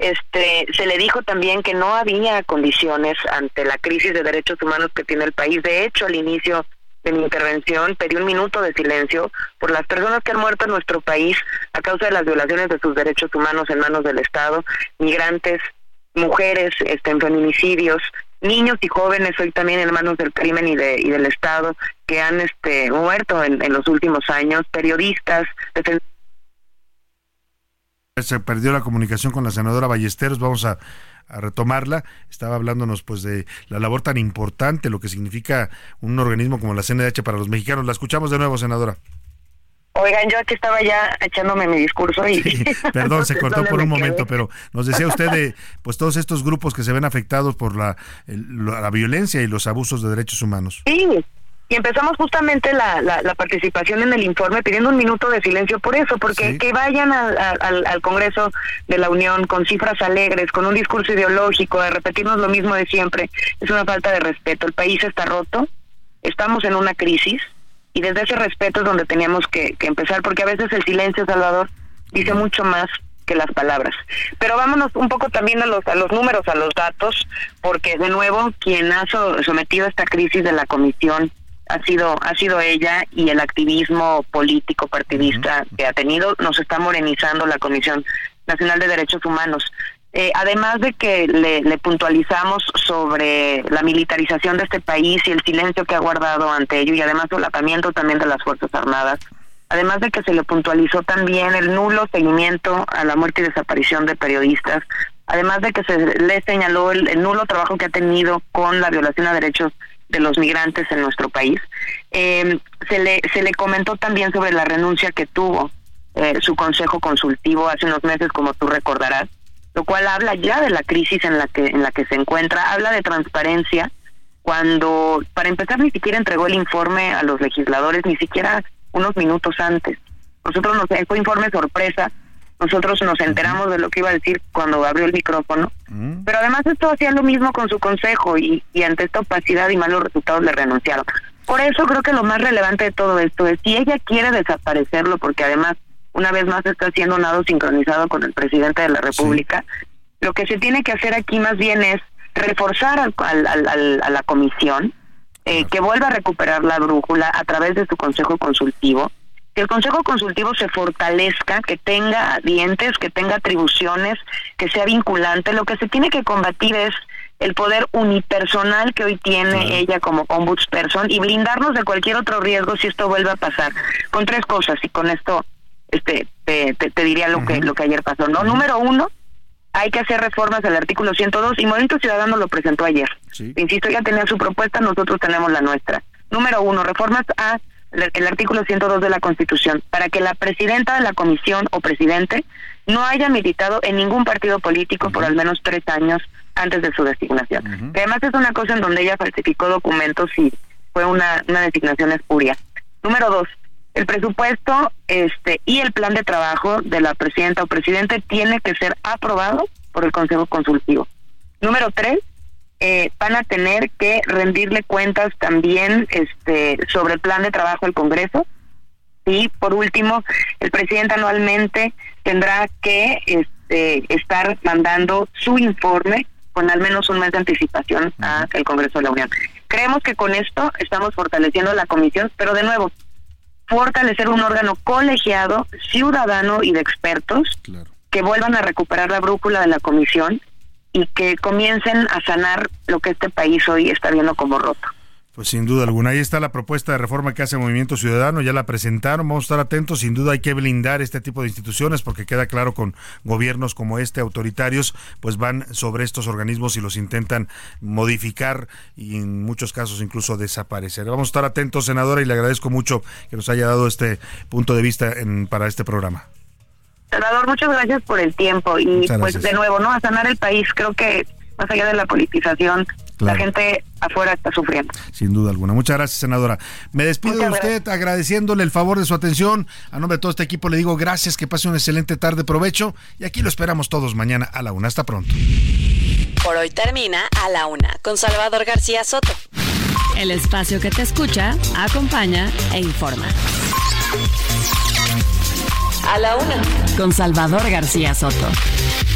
Se le dijo también que no había condiciones ante la crisis de derechos humanos que tiene el país. De hecho, al inicio de mi intervención pedí un minuto de silencio por las personas que han muerto en nuestro país a causa de las violaciones de sus derechos humanos en manos del Estado, migrantes, mujeres, en feminicidios, niños y jóvenes hoy también en manos del crimen y del Estado que han muerto en los últimos años, periodistas, Se perdió la comunicación con la senadora Ballesteros, vamos a retomarla. Estaba hablándonos pues de la labor tan importante, lo que significa un organismo como la CNDH para los mexicanos. La escuchamos de nuevo, senadora. Oigan, yo aquí estaba ya echándome mi discurso y... Sí, perdón, se cortó por un momento, pero nos decía usted de pues todos estos grupos que se ven afectados por la violencia y los abusos de derechos humanos. Sí. Y empezamos justamente la participación en el informe pidiendo un minuto de silencio por eso, porque sí, que vayan al Congreso de la Unión con cifras alegres, con un discurso ideológico, de repetirnos lo mismo de siempre, es una falta de respeto. El país está roto, estamos en una crisis, y desde ese respeto es donde teníamos que empezar, porque a veces el silencio, Salvador, dice mucho más que las palabras. Pero vámonos un poco también a los números, a los datos, porque de nuevo quien ha sometido a esta crisis de la comisión ha sido ella, y el activismo político partidista que ha tenido nos está morenizando la Comisión Nacional de Derechos Humanos. Además de que le puntualizamos sobre la militarización de este país y el silencio que ha guardado ante ello, y además solapamiento también de las Fuerzas Armadas, además de que se le puntualizó también el nulo seguimiento a la muerte y desaparición de periodistas, además de que se le señaló el nulo trabajo que ha tenido con la violación a derechos de los migrantes en nuestro país. Se le comentó también sobre la renuncia que tuvo su consejo consultivo hace unos meses, como tú recordarás, lo cual habla ya de la crisis en la que se encuentra, habla de transparencia, cuando para empezar ni siquiera entregó el informe a los legisladores, ni siquiera unos minutos antes. Nosotros fue informe sorpresa. Nosotros nos enteramos de lo que iba a decir cuando abrió el micrófono. Pero además esto hacía lo mismo con su consejo y ante esta opacidad y malos resultados le renunciaron. Por eso creo que lo más relevante de todo esto es si ella quiere desaparecerlo, porque además una vez más está haciendo nado sincronizado con el presidente de la República, lo que se tiene que hacer aquí más bien es reforzar a la comisión, que vuelva a recuperar la brújula a través de su consejo consultivo, que el consejo consultivo se fortalezca, que tenga dientes, que tenga atribuciones, que sea vinculante. Lo que se tiene que combatir es el poder unipersonal que hoy tiene ella como ombudsperson y blindarnos de cualquier otro riesgo si esto vuelve a pasar. Con 3 cosas, y con esto te diría lo que ayer pasó, ¿no? Número 1, hay que hacer reformas al artículo 102 y Movimiento Ciudadano lo presentó ayer. Insisto, ya tenía su propuesta, nosotros tenemos la nuestra. Número 1, reformas a el artículo 102 de la Constitución, para que la presidenta de la comisión o presidente no haya militado en ningún partido político por al menos 3 años antes de su designación. Que además es una cosa en donde ella falsificó documentos y fue una designación espuria. Número 2, el presupuesto y el plan de trabajo de la presidenta o presidente tiene que ser aprobado por el Consejo Consultivo. Número 3, van a tener que rendirle cuentas también sobre el plan de trabajo al Congreso. Y por último, el presidente anualmente tendrá que estar mandando su informe con al menos un mes de anticipación al Congreso de la Unión. Creemos que con esto estamos fortaleciendo la comisión, pero de nuevo, fortalecer un órgano colegiado, ciudadano y de expertos que vuelvan a recuperar la brújula de la comisión y que comiencen a sanar lo que este país hoy está viendo como roto. Pues sin duda alguna, ahí está la propuesta de reforma que hace Movimiento Ciudadano, ya la presentaron, vamos a estar atentos, sin duda hay que blindar este tipo de instituciones porque queda claro con gobiernos como autoritarios, pues van sobre estos organismos y los intentan modificar y en muchos casos incluso desaparecer. Vamos a estar atentos, senadora, y le agradezco mucho que nos haya dado este punto de vista para este programa. Salvador, muchas gracias por el tiempo y pues de nuevo, ¿no? A sanar el país. Creo que más allá de la politización, la gente afuera está sufriendo. Sin duda alguna. Muchas gracias, senadora. Me despido de usted agradeciéndole el favor de su atención. A nombre de todo este equipo le digo gracias, que pase una excelente tarde, provecho, y aquí lo esperamos todos mañana a la 1. Hasta pronto. Por hoy termina A la 1 con Salvador García Soto. El espacio que te escucha, acompaña e informa. A la 1 con Salvador García Soto.